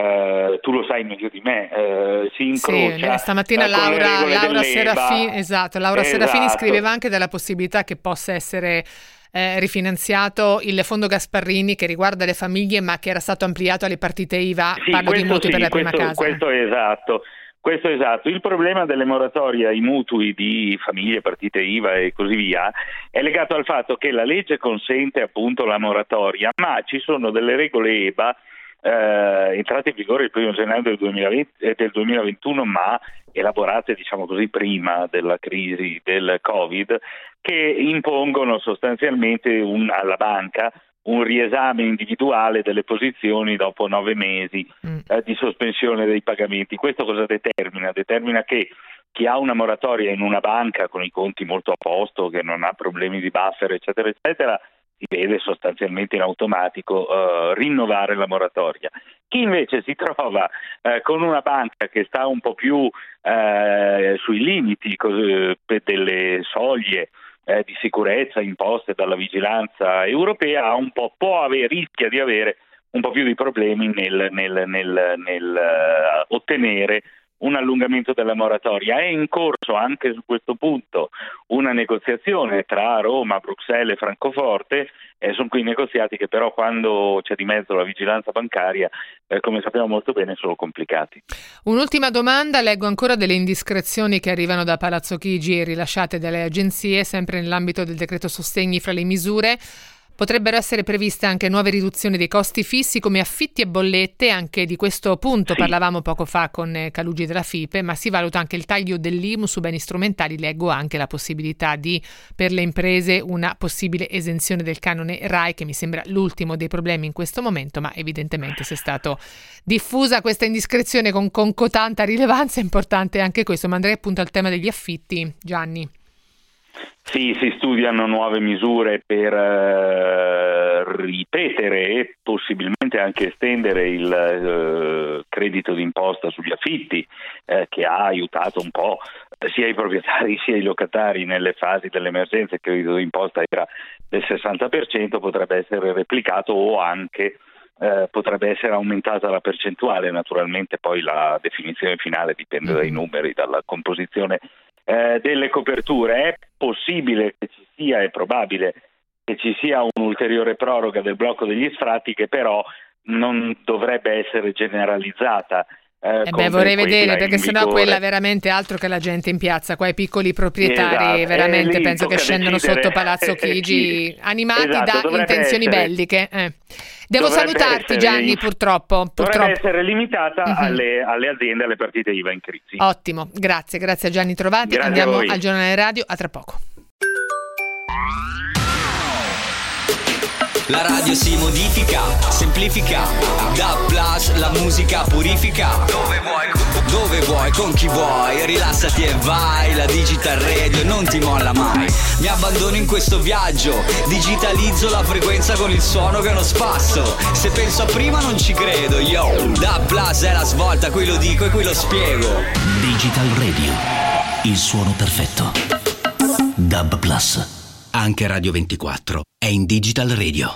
tu lo sai meglio di me, si incrocia. Sì, stamattina Laura Serafini scriveva anche della possibilità che possa essere rifinanziato il fondo Gasparrini che riguarda le famiglie ma che era stato ampliato alle partite IVA, sì, parlo di mutui per la prima casa. Questo è esatto. Il problema delle moratorie ai mutui di famiglie, partite IVA e così via è legato al fatto che la legge consente appunto la moratoria, ma ci sono delle regole EBA entrate in vigore il 1 gennaio del 2021, ma elaborate diciamo così prima della crisi del Covid, che impongono sostanzialmente alla banca un riesame individuale delle posizioni dopo 9 mesi di sospensione dei pagamenti. Questo cosa determina? Determina che chi ha una moratoria in una banca con i conti molto a posto, che non ha problemi di buffer, eccetera, eccetera, si vede sostanzialmente in automatico rinnovare la moratoria. Chi invece si trova con una banca che sta un po' più sui limiti delle soglie di sicurezza imposte dalla vigilanza europea rischia di avere un po' più di problemi nel ottenere un allungamento della moratoria. È in corso anche su questo punto una negoziazione tra Roma, Bruxelles e Francoforte, sono quei negoziati che però quando c'è di mezzo la vigilanza bancaria, come sappiamo molto bene, sono complicati. Un'ultima domanda, leggo ancora delle indiscrezioni che arrivano da Palazzo Chigi e rilasciate dalle agenzie, sempre nell'ambito del decreto sostegni. Fra le misure potrebbero essere previste anche nuove riduzioni dei costi fissi come affitti e bollette. Anche di questo punto parlavamo poco fa con Calugi della FIPE, ma si valuta anche il taglio dell'IMU su beni strumentali. Leggo anche la possibilità per le imprese una possibile esenzione del canone RAI, che mi sembra l'ultimo dei problemi in questo momento, ma evidentemente se è stato diffusa questa indiscrezione con tanta rilevanza è importante anche questo. Ma andrei appunto al tema degli affitti, Gianni. Sì, si studiano nuove misure per ripetere e possibilmente anche estendere il credito d'imposta sugli affitti, che ha aiutato un po' sia i proprietari sia i locatari nelle fasi dell'emergenza. Il credito d'imposta era del 60%, potrebbe essere replicato o anche potrebbe essere aumentata la percentuale. Naturalmente poi la definizione finale dipende dai numeri, dalla composizione delle coperture. È possibile che ci sia, è probabile che ci sia un'ulteriore proroga del blocco degli sfratti, che però non dovrebbe essere generalizzata. Vorrei vedere, perché sennò quella veramente altro che la gente in piazza, qua i piccoli proprietari, esatto. Veramente penso che scendono sotto Palazzo Chigi animati da intenzioni belliche. Devo salutarti, Gianni, purtroppo. Dovrebbe essere limitata alle aziende, alle partite IVA in crisi. Ottimo, grazie a Gianni Trovati. Grazie. Andiamo al giornale radio, a tra poco. La radio si modifica, semplifica, da Plus la musica purifica. Dove vuoi, con chi vuoi, rilassati e vai. La Digital Radio non ti molla mai. Mi abbandono in questo viaggio, digitalizzo la frequenza con il suono che non spasso. Se penso a prima non ci credo, yo. Da Plus è la svolta, qui lo dico e qui lo spiego. Digital Radio, il suono perfetto. DAB Plus. Anche Radio 24 è in Digital Radio.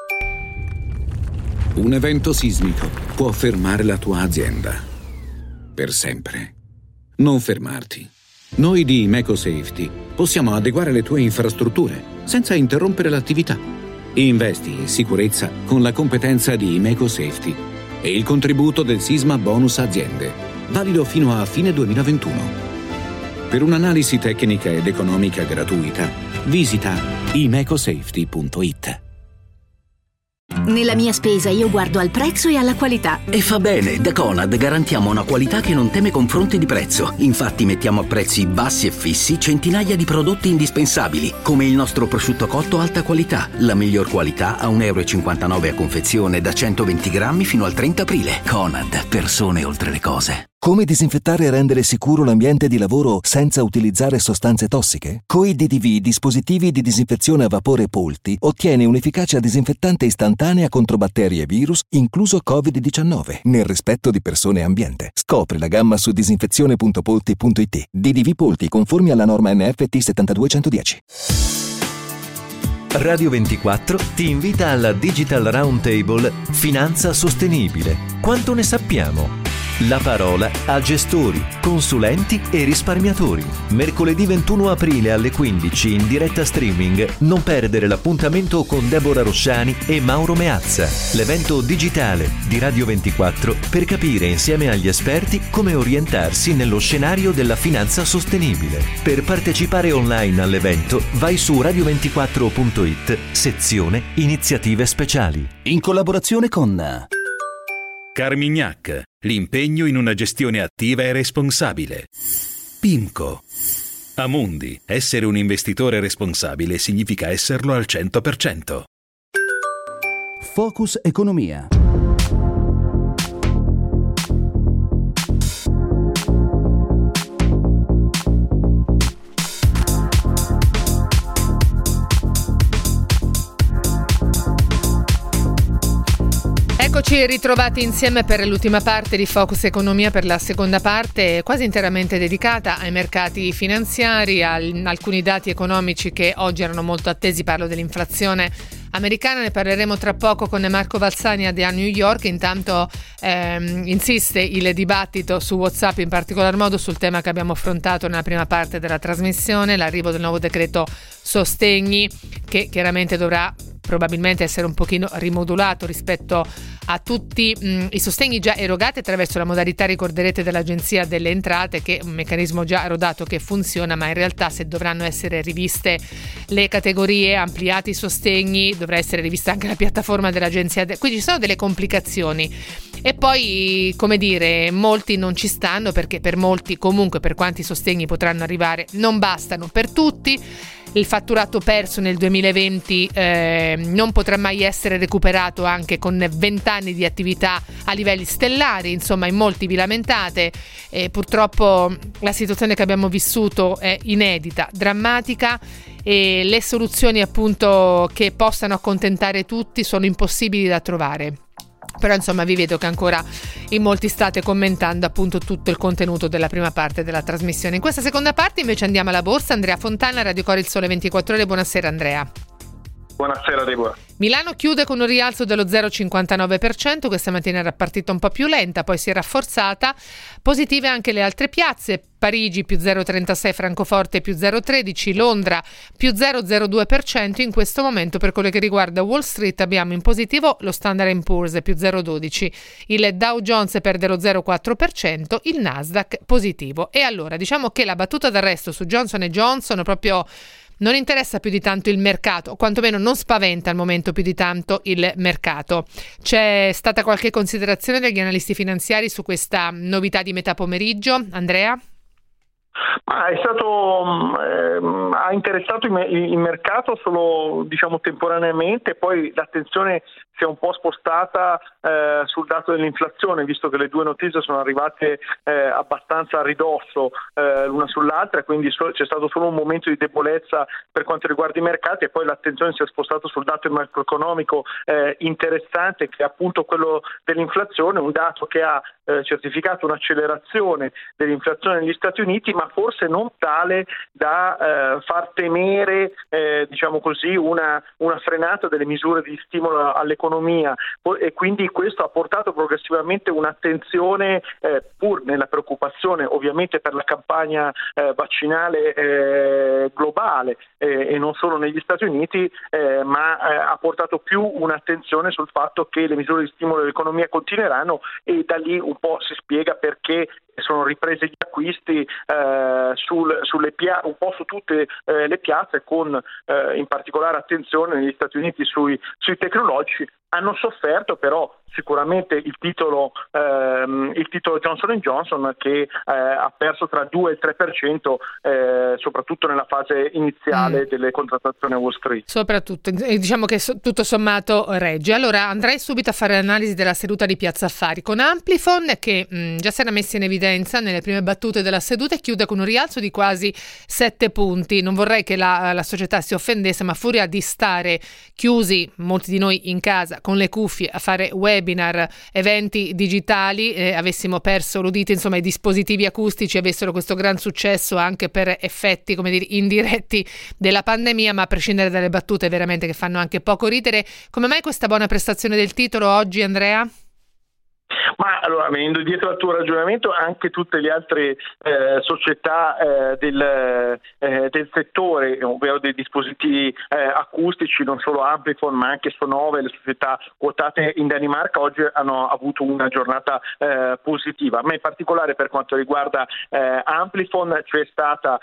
Un evento sismico può fermare la tua azienda. Per sempre. Non fermarti. Noi di Imeco Safety possiamo adeguare le tue infrastrutture senza interrompere l'attività. Investi in sicurezza con la competenza di Imeco Safety e il contributo del Sisma Bonus Aziende, valido fino a fine 2021. Per un'analisi tecnica ed economica gratuita, visita imecosafety.it. Nella mia spesa io guardo al prezzo e alla qualità. E fa bene, da Conad garantiamo una qualità che non teme confronti di prezzo. Infatti mettiamo a prezzi bassi e fissi centinaia di prodotti indispensabili, come il nostro prosciutto cotto alta qualità, la miglior qualità a €1,59 a confezione da 120 grammi fino al 30 aprile. Conad, persone oltre le cose. Come disinfettare e rendere sicuro l'ambiente di lavoro senza utilizzare sostanze tossiche? Coi DDV, dispositivi di disinfezione a vapore Polti, ottieni un'efficacia disinfettante istantanea contro batteri e virus, incluso Covid-19, nel rispetto di persone e ambiente. Scopri la gamma su disinfezione.polti.it. DDV Polti, conformi alla norma NFT 72110. Radio 24 ti invita alla Digital Roundtable Finanza Sostenibile. Quanto ne sappiamo? La parola a gestori, consulenti e risparmiatori. Mercoledì 21 aprile alle 15 in diretta streaming. Non perdere l'appuntamento con Deborah Rosciani e Mauro Meazza. L'evento digitale di Radio 24 per capire insieme agli esperti come orientarsi nello scenario della finanza sostenibile. Per partecipare online all'evento vai su radio24.it, sezione iniziative speciali. In collaborazione con Carmignac, l'impegno in una gestione attiva e responsabile. PIMCO. Amundi, essere un investitore responsabile significa esserlo al 100%. Focus Economia. Eccoci ritrovati insieme per l'ultima parte di Focus Economia, per la seconda parte quasi interamente dedicata ai mercati finanziari, a alcuni dati economici che oggi erano molto attesi. Parlo dell'inflazione americana, ne parleremo tra poco con Marco Valsania a New York. Intanto insiste il dibattito su WhatsApp, in particolar modo sul tema che abbiamo affrontato nella prima parte della trasmissione, l'arrivo del nuovo decreto sostegni, che chiaramente dovrà probabilmente essere un pochino rimodulato rispetto a tutti i sostegni già erogati attraverso la modalità, ricorderete, dell'Agenzia delle Entrate, che è un meccanismo già rodato che funziona, ma in realtà se dovranno essere riviste le categorie, ampliati i sostegni, dovrà essere rivista anche la piattaforma dell'Agenzia. Quindi ci sono delle complicazioni e poi, come dire, molti non ci stanno, perché per molti comunque, per quanti sostegni potranno arrivare, non bastano per tutti. Il fatturato perso nel 2020 non potrà mai essere recuperato anche con 20 anni di attività a livelli stellari, insomma in molti vi lamentate. Purtroppo la situazione che abbiamo vissuto è inedita, drammatica, e le soluzioni appunto che possano accontentare tutti sono impossibili da trovare. Però insomma vi vedo che ancora in molti state commentando appunto tutto il contenuto della prima parte della trasmissione. In questa seconda parte invece andiamo alla borsa. Andrea Fontana, Radio Cor Il Sole 24 Ore. Buonasera Andrea. Buonasera Deborah. Milano chiude con un rialzo dello 0,59%, questa mattina era partita un po' più lenta, poi si è rafforzata. Positive anche le altre piazze: Parigi più 0,36%, Francoforte più 0,13%, Londra più 0,02%. In questo momento per quello che riguarda Wall Street abbiamo in positivo lo Standard & Poor's più 0,12%, il Dow Jones perde lo 0,4%, il Nasdaq positivo. E allora diciamo che la battuta d'arresto su Johnson & Johnson proprio non interessa più di tanto il mercato, o quantomeno non spaventa al momento più di tanto il mercato. C'è stata qualche considerazione degli analisti finanziari su questa novità di metà pomeriggio, Andrea? Ma è stato ha interessato il mercato solo temporaneamente, poi l'attenzione si è un po' spostata sul dato dell'inflazione, visto che le due notizie sono arrivate abbastanza a ridosso l'una sull'altra, e quindi c'è stato solo un momento di debolezza per quanto riguarda i mercati, e poi l'attenzione si è spostata sul dato macroeconomico interessante, che è appunto quello dell'inflazione, un dato che ha certificato un'accelerazione dell'inflazione negli Stati Uniti, ma forse non tale da far temere una frenata delle misure di stimolo all'economia, e quindi questo ha portato progressivamente un'attenzione, pur nella preoccupazione ovviamente per la campagna vaccinale globale e non solo negli Stati Uniti, ma ha portato più un'attenzione sul fatto che le misure di stimolo dell'economia continueranno, e da lì un po' si spiega perché sono riprese gli acquisti un po' su tutte le piazze, con in particolare attenzione negli Stati Uniti sui tecnologici. Hanno sofferto però sicuramente il titolo Johnson & Johnson, che ha perso tra il 2 e il 3%, soprattutto nella fase iniziale delle contrattazioni a Wall Street. Soprattutto, diciamo che tutto sommato regge. Allora andrei subito a fare l'analisi della seduta di Piazza Affari con Amplifon, che già si era messa in evidenza nelle prime battute della seduta, e chiude con un rialzo di quasi 7 punti. Non vorrei che la società si offendesse, ma a furia di stare chiusi, molti di noi in casa con le cuffie a fare webinar, eventi digitali, avessimo perso l'udito, insomma i dispositivi acustici avessero questo gran successo anche per effetti, come dire, indiretti della pandemia. Ma a prescindere dalle battute veramente che fanno anche poco ridere, come mai questa buona prestazione del titolo oggi, Andrea? Ma allora, venendo dietro al tuo ragionamento, anche tutte le altre società del settore, ovvero dei dispositivi acustici, non solo Amplifon ma anche Sonove, le società quotate in Danimarca, oggi hanno avuto una giornata positiva. Ma in particolare per quanto riguarda Amplifon c'è stata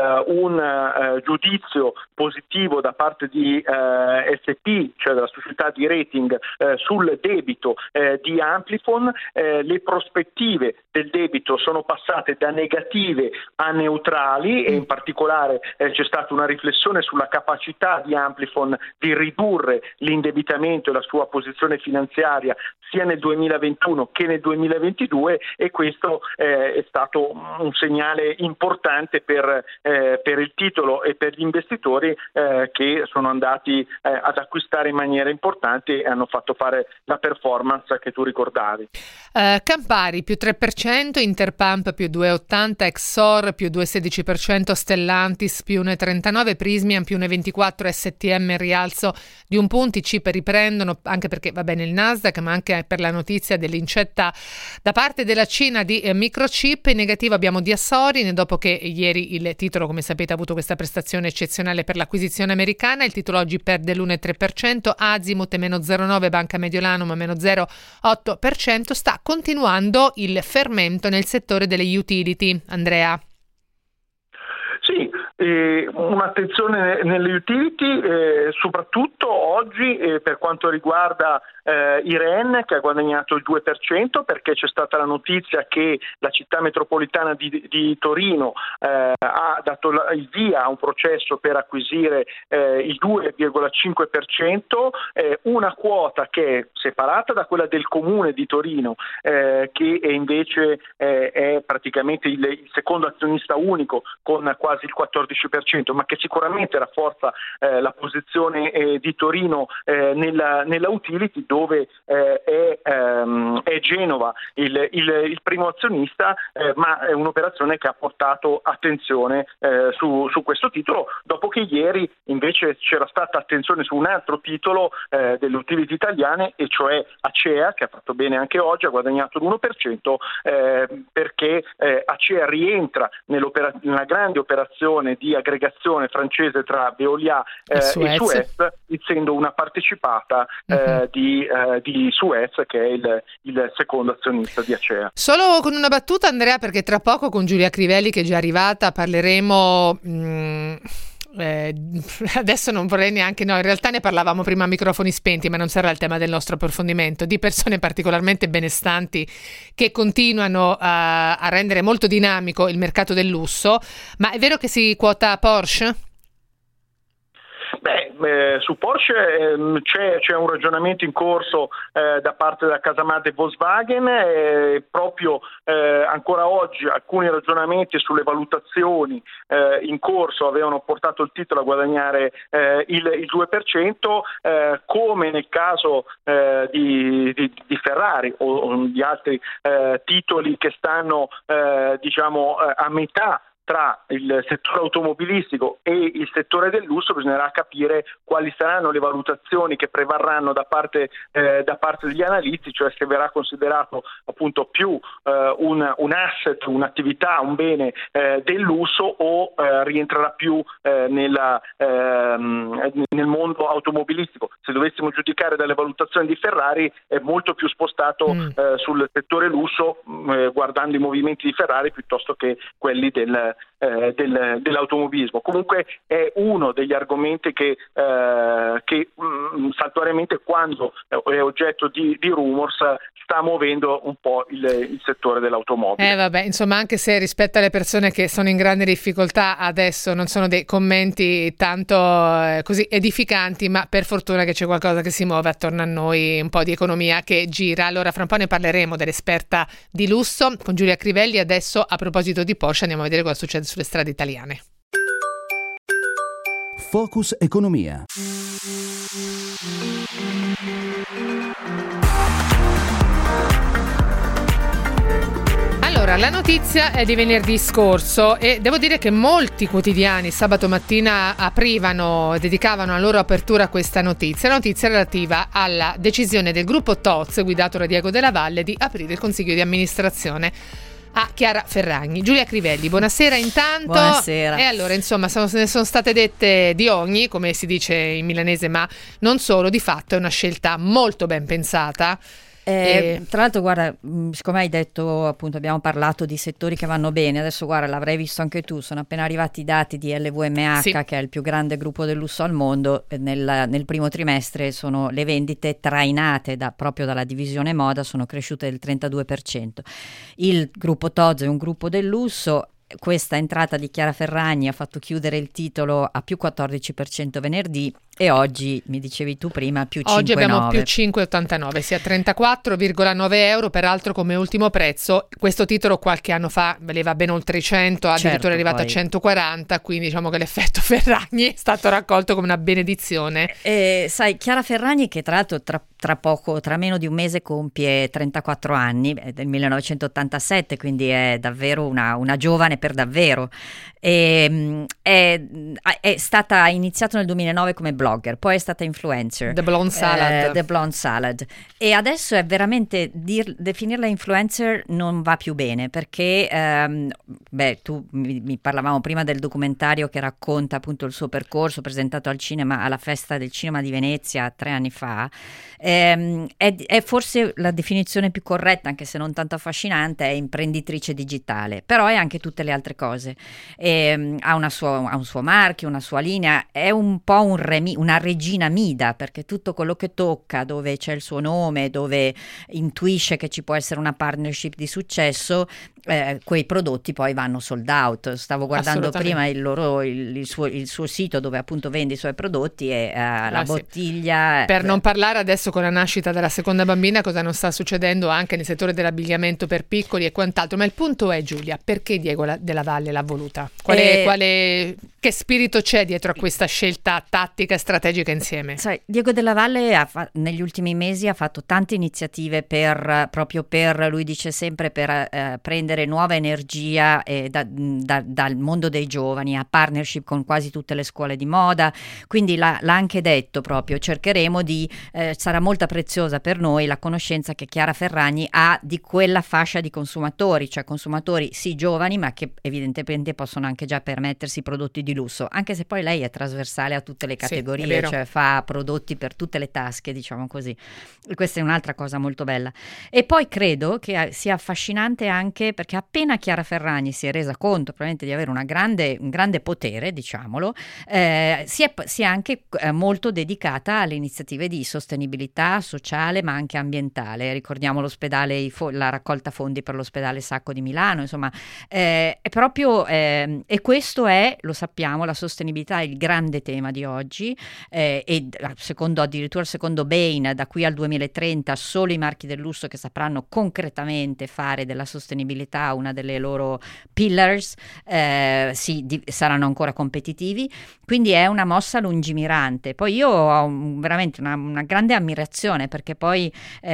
un giudizio positivo da parte di SP, cioè della società di rating, sul debito di Amplifon. Le prospettive del debito sono passate da negative a neutrali e in particolare c'è stata una riflessione sulla capacità di Amplifon di ridurre l'indebitamento e la sua posizione finanziaria sia nel 2021 che nel 2022, e questo è stato un segnale importante per il titolo e per gli investitori che sono andati ad acquistare in maniera importante e hanno fatto fare la performance che tu ricordavi. Campari più 3%, Interpump più 2,80%, Exor più 2,16%, Stellantis più 1,39%, Prismian più 1,24%, STM rialzo di un punto. I CIP riprendono anche perché va bene il Nasdaq, ma anche per la notizia dell'incetta da parte della Cina di microchip. In negativo abbiamo Diasorin, dopo che ieri il titolo, come sapete, ha avuto questa prestazione eccezionale per l'acquisizione americana. Il titolo oggi perde l'1,3%, Azimut meno 0,9%, Banca Mediolanum meno 0,8%. Sta continuando il fermento nel settore delle utility. Andrea. Sì, un'attenzione nelle utility, soprattutto oggi per quanto riguarda Iren, che ha guadagnato il 2% perché c'è stata la notizia che la città metropolitana di Torino ha dato il via a un processo per acquisire il 2,5%, una quota che è separata da quella del comune di Torino, che invece è praticamente il secondo azionista unico con quasi il 14%, ma che sicuramente rafforza la posizione di Torino nella utility, dove è Genova il primo azionista, ma è un'operazione che ha portato attenzione su questo titolo, dopo che ieri invece c'era stata attenzione su un altro titolo delle utility italiane, e cioè Acea, che ha fatto bene anche oggi, ha guadagnato l'1%, perché Acea rientra nella grande operazione di aggregazione francese tra Veolia e Suez, essendo una partecipata di Suez, che è il secondo azionista di Acea. Solo con una battuta, Andrea, perché tra poco con Giulia Crivelli, che è già arrivata, parleremo adesso non vorrei neanche, no, in realtà ne parlavamo prima a microfoni spenti, ma non sarà il tema del nostro approfondimento, di persone particolarmente benestanti che continuano a rendere molto dinamico il mercato del lusso. Ma è vero che si quota Porsche? Su Porsche c'è un ragionamento in corso da parte della casa madre Volkswagen, proprio ancora oggi alcuni ragionamenti sulle valutazioni in corso avevano portato il titolo a guadagnare il 2%, come nel caso di Ferrari o di altri titoli che stanno a metà tra il settore automobilistico e il settore del lusso. Bisognerà capire quali saranno le valutazioni che prevarranno da parte degli analisti, cioè se verrà considerato appunto più un asset, un'attività, un bene del lusso, o rientrerà più nel mondo automobilistico. Se dovessimo giudicare dalle valutazioni di Ferrari, è molto più spostato sul settore lusso, guardando i movimenti di Ferrari piuttosto che quelli dell'automobilismo. Comunque è uno degli argomenti che saltuariamente, quando è oggetto di rumors, sta muovendo un po' il settore dell'automobile. Vabbè, insomma, anche se rispetto alle persone che sono in grande difficoltà adesso non sono dei commenti tanto così edificanti, ma per fortuna che c'è qualcosa che si muove attorno a noi, un po' di economia che gira. Allora fra un po' ne parleremo dell'esperta di lusso con Giulia Crivelli. Adesso, a proposito di Porsche, andiamo a vedere cosa succede sulle strade italiane. Focus Economia. Allora, la notizia è di venerdì scorso e devo dire che molti quotidiani sabato mattina dedicavano la loro apertura a questa notizia. La notizia relativa alla decisione del gruppo Tozzi, guidato da Diego Della Valle, di aprire il consiglio di amministrazione a Chiara Ferragni. Giulia Crivelli, buonasera intanto. Buonasera. E allora, insomma, ne sono state dette di ogni, come si dice in milanese, ma non solo, di fatto è una scelta molto ben pensata. Tra l'altro, guarda, siccome hai detto, appunto, abbiamo parlato di settori che vanno bene, adesso guarda, l'avrai visto anche tu, sono appena arrivati i dati di LVMH, sì, che è il più grande gruppo del lusso al mondo. Nel primo trimestre le vendite trainate proprio dalla divisione moda sono cresciute del 32%. Il gruppo Tozzi è un gruppo del lusso. Questa entrata di Chiara Ferragni ha fatto chiudere il titolo a più 14% venerdì e oggi, mi dicevi tu prima, più 5,9. Oggi abbiamo più 5,89, sia 34,9 euro, peraltro come ultimo prezzo. Questo titolo qualche anno fa valeva ben oltre i 100, addirittura è arrivato a 140, quindi diciamo che l'effetto Ferragni è stato raccolto come una benedizione. Sai, Chiara Ferragni, che tra l'altro tra meno di un mese compie 34 anni, è del 1987, quindi è davvero una giovane per davvero. È stata iniziata nel 2009 come blogger, poi è stata influencer. The Blonde Salad. E adesso è veramente definirla influencer non va più bene, perché tu mi parlavamo prima del documentario che racconta appunto il suo percorso presentato al cinema, alla Festa del Cinema di Venezia 3 anni fa. È forse la definizione più corretta, anche se non tanto affascinante, è imprenditrice digitale, però è anche tutte le altre cose. Ha un suo marchio, una sua linea, è un po' una regina Mida, perché tutto quello che tocca, dove c'è il suo nome, dove intuisce che ci può essere una partnership di successo, quei prodotti poi vanno sold out. Stavo guardando prima il suo sito dove appunto vende i suoi prodotti e la bottiglia. Per non parlare adesso con la nascita della seconda bambina cosa non sta succedendo anche nel settore dell'abbigliamento per piccoli e quant'altro. Ma il punto è, Giulia, perché Diego Della Valle l'ha voluta? Che spirito c'è dietro a questa scelta tattica e strategica insieme? Sai, Diego Della Valle negli ultimi mesi ha fatto tante iniziative proprio per, lui dice sempre, per prendere nuova energia dal mondo dei giovani, a partnership con quasi tutte le scuole di moda, quindi l'ha anche detto proprio, cercheremo sarà molto preziosa per noi la conoscenza che Chiara Ferragni ha di quella fascia di consumatori, cioè consumatori sì giovani, ma che evidentemente possono anche già permettersi prodotti di lusso, anche se poi lei è trasversale a tutte le categorie, cioè fa prodotti per tutte le tasche, diciamo così. Questa è un'altra cosa molto bella. E poi credo che sia affascinante anche perché appena Chiara Ferragni si è resa conto probabilmente di avere un grande potere, diciamolo, si è anche molto dedicata alle iniziative di sostenibilità sociale ma anche ambientale. Ricordiamo l'ospedale, la raccolta fondi per l'ospedale Sacco di Milano, insomma, è proprio e questo è, lo sappiamo, la sostenibilità è il grande tema di oggi, e addirittura secondo Bain da qui al 2030 solo i marchi del lusso che sapranno concretamente fare della sostenibilità una delle loro pillars saranno ancora competitivi, quindi è una mossa lungimirante. Poi io ho veramente una grande ammirazione, perché poi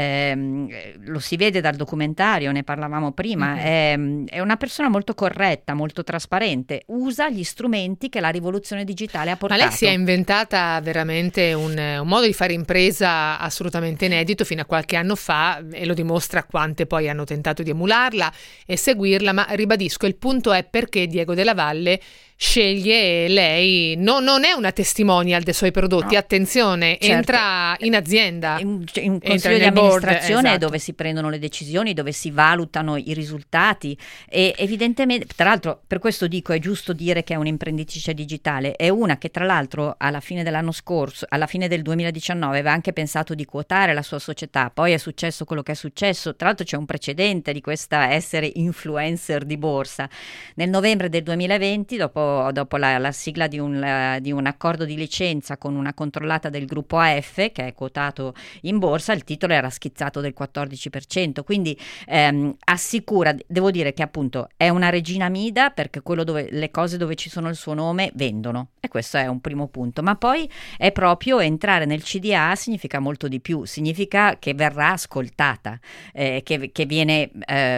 lo si vede dal documentario, ne parlavamo prima, è una persona molto corretta, molto trasparente, usa gli strumenti che la rivoluzione digitale ha portato. Ma lei si è inventata veramente un modo di fare impresa assolutamente inedito fino a qualche anno fa, e lo dimostra quante poi hanno tentato di emularla e seguirla, ma ribadisco, il punto è perché Diego Della Valle sceglie lei, non è una testimonial dei suoi prodotti, no. Attenzione, certo. Entra in azienda, un consiglio di amministrazione, esatto, dove si prendono le decisioni, dove si valutano i risultati, e evidentemente, tra l'altro, per questo dico, è giusto dire che è un'imprenditrice digitale, è una che tra l'altro alla fine dell'anno scorso, alla fine del 2019 aveva anche pensato di quotare la sua società, poi è successo quello che è successo. Tra l'altro c'è un precedente di questa essere influencer di borsa. Nel novembre del 2020, dopo dopo la sigla di un accordo di licenza con una controllata del gruppo AF, che è quotato in borsa, il titolo era schizzato del 14%, quindi assicura, devo dire che appunto è una regina Mida, perché le cose dove ci sono il suo nome vendono, e questo è un primo punto. Ma poi è proprio entrare nel CDA significa molto di più, significa che verrà ascoltata, che viene,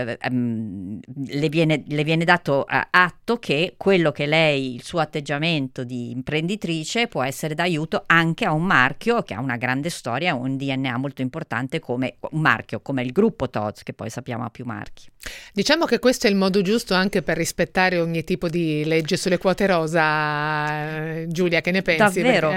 le viene dato atto che quello che lei, il suo atteggiamento di imprenditrice, può essere d'aiuto anche a un marchio che ha una grande storia, un DNA molto importante, come un marchio come il gruppo Tod's, che poi sappiamo ha più marchi. Diciamo che questo è il modo giusto anche per rispettare ogni tipo di legge sulle quote rosa. Giulia, che ne pensi? Davvero,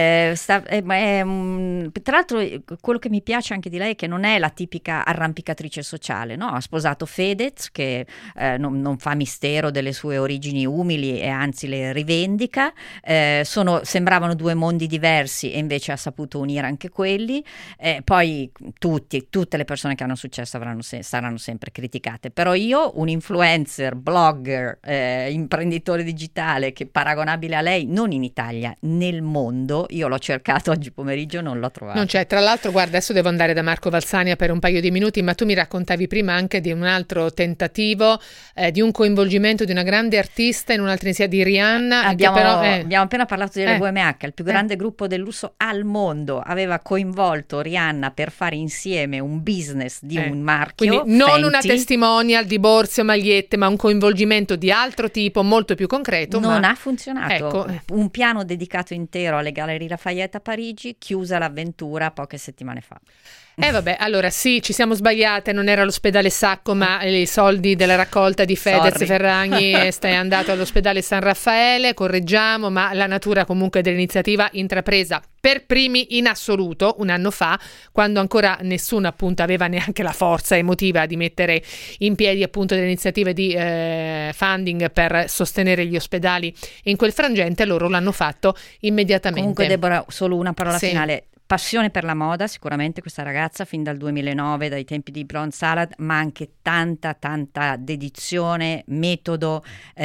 tra l'altro quello che mi piace anche di lei è che non è la tipica arrampicatrice sociale, no? Ha sposato Fedez, che non fa mistero delle sue origini umili e anzi le rivendica. Sembravano due mondi diversi e invece ha saputo unire anche quelli. Poi tutte le persone che hanno successo saranno sempre criticate, però io, un influencer, blogger, imprenditore digitale che paragonabile a lei, non in Italia, nel mondo, io l'ho cercato oggi pomeriggio, non l'ho trovato. Non c'è. Tra l'altro, guarda, adesso devo andare da Marco Valsania per un paio di minuti, ma tu mi raccontavi prima anche di un altro tentativo, di un coinvolgimento di una grande artista in un'altra insieme di Rihanna. Abbiamo appena parlato di LVMH, il più grande gruppo del lusso al mondo, aveva coinvolto Rihanna per fare insieme un business di un marchio. Quindi non Fenty. Una testimonial di borse o magliette, ma un coinvolgimento di altro tipo, molto più concreto. Non ha funzionato. Ecco. Un piano dedicato intero alle Gallerie Lafayette a Parigi, chiusa l'avventura poche settimane fa. Vabbè, allora sì, ci siamo sbagliate, non era l'ospedale Sacco, ma i soldi della raccolta di Fedez Ferragni è andato all'ospedale San Raffaele, correggiamo, ma la natura comunque dell'iniziativa intrapresa per primi in assoluto un anno fa, quando ancora nessuno appunto aveva neanche la forza emotiva di mettere in piedi appunto delle iniziative di funding per sostenere gli ospedali in quel frangente, loro l'hanno fatto immediatamente. Comunque Deborah, solo una parola finale. Passione per la moda, sicuramente questa ragazza fin dal 2009, dai tempi di Blonde Salad, ma anche tanta dedizione, metodo,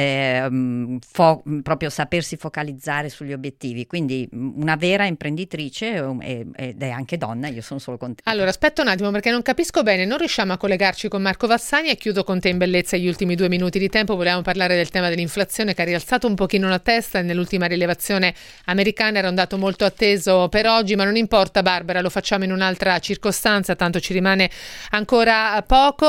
proprio sapersi focalizzare sugli obiettivi, quindi una vera imprenditrice ed è anche donna, io sono solo contenta. Allora aspetta un attimo, perché non capisco bene, non riusciamo a collegarci con Marco Valsania, e chiudo con te in bellezza gli ultimi 2 minuti di tempo. Volevamo parlare del tema dell'inflazione, che ha rialzato un pochino la testa, e nell'ultima rilevazione americana era un dato molto atteso per oggi, ma non importa Barbara, lo facciamo in un'altra circostanza, tanto ci rimane ancora poco.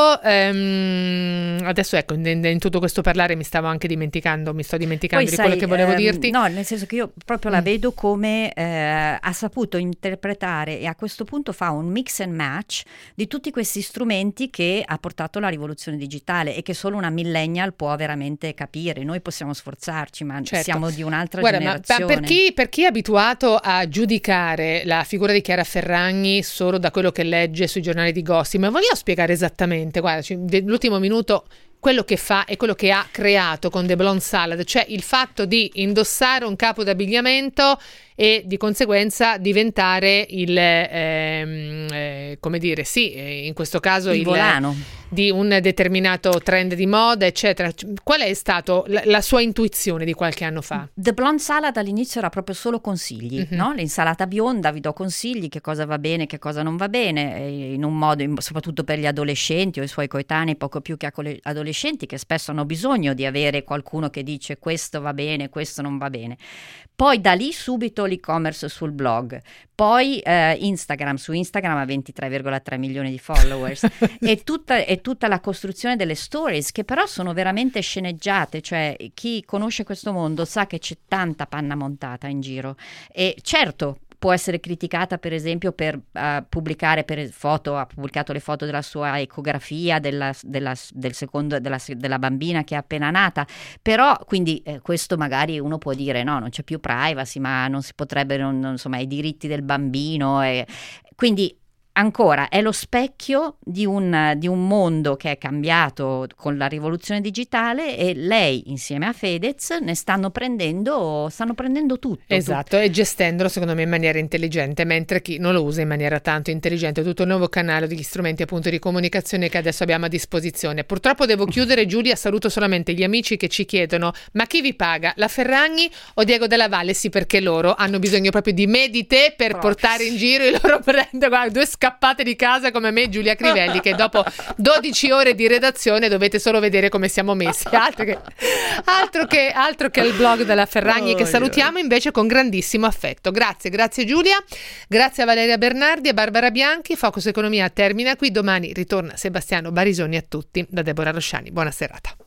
Adesso ecco, in tutto questo parlare mi sto dimenticando Poi, di quello che volevo dirti. No, nel senso che io proprio la vedo come ha saputo interpretare, e a questo punto fa un mix and match di tutti questi strumenti che ha portato la rivoluzione digitale e che solo una millennial può veramente capire. Noi possiamo sforzarci, ma siamo di un'altra generazione. Ma per chi è abituato a giudicare la figura di Chiara Ferragni solo da quello che legge sui giornali di gossip, ma voglio spiegare esattamente, guarda, l'ultimo minuto, quello che fa e quello che ha creato con The Blonde Salad, cioè il fatto di indossare un capo d'abbigliamento e di conseguenza diventare in questo caso il volano di un determinato trend di moda, eccetera. Qual è stato la sua intuizione di qualche anno fa? The Blonde Salad all'inizio era proprio solo consigli, no? L'insalata bionda, vi do consigli, che cosa va bene, che cosa non va bene, in un modo, soprattutto per gli adolescenti o i suoi coetanei, poco più che adolescenti, che spesso hanno bisogno di avere qualcuno che dice questo va bene, questo non va bene. Poi da lì subito l'e-commerce sul blog, poi Instagram, su Instagram ha 23,3 milioni di followers e tutta la costruzione delle stories, che però sono veramente sceneggiate, cioè chi conosce questo mondo sa che c'è tanta panna montata in giro, e certo può essere criticata per esempio per pubblicare ha pubblicato le foto della sua ecografia della bambina che è appena nata, però quindi questo magari uno può dire no, non c'è più privacy, ma non si potrebbe, insomma, i diritti del bambino, quindi ancora è lo specchio di un mondo che è cambiato con la rivoluzione digitale, e lei insieme a Fedez ne stanno prendendo tutto. Esatto, e gestendolo secondo me in maniera intelligente, mentre chi non lo usa in maniera tanto intelligente. Tutto il nuovo canale degli strumenti appunto di comunicazione che adesso abbiamo a disposizione. Purtroppo devo chiudere, Giulia, saluto solamente gli amici che ci chiedono: ma chi vi paga, la Ferragni o Diego Della Valle? Sì, perché loro hanno bisogno proprio di me, di te, per portare in giro i loro brand. Guarda, due scappate di casa come me e Giulia Crivelli, che dopo 12 ore di redazione dovete solo vedere come siamo messi. Altro che il blog della Ferragni, che salutiamo invece con grandissimo affetto. Grazie Giulia, grazie a Valeria Bernardi e Barbara Bianchi. Focus Economia termina qui, domani ritorna Sebastiano Barisoni. A tutti da Deborah Rosciani, buona serata.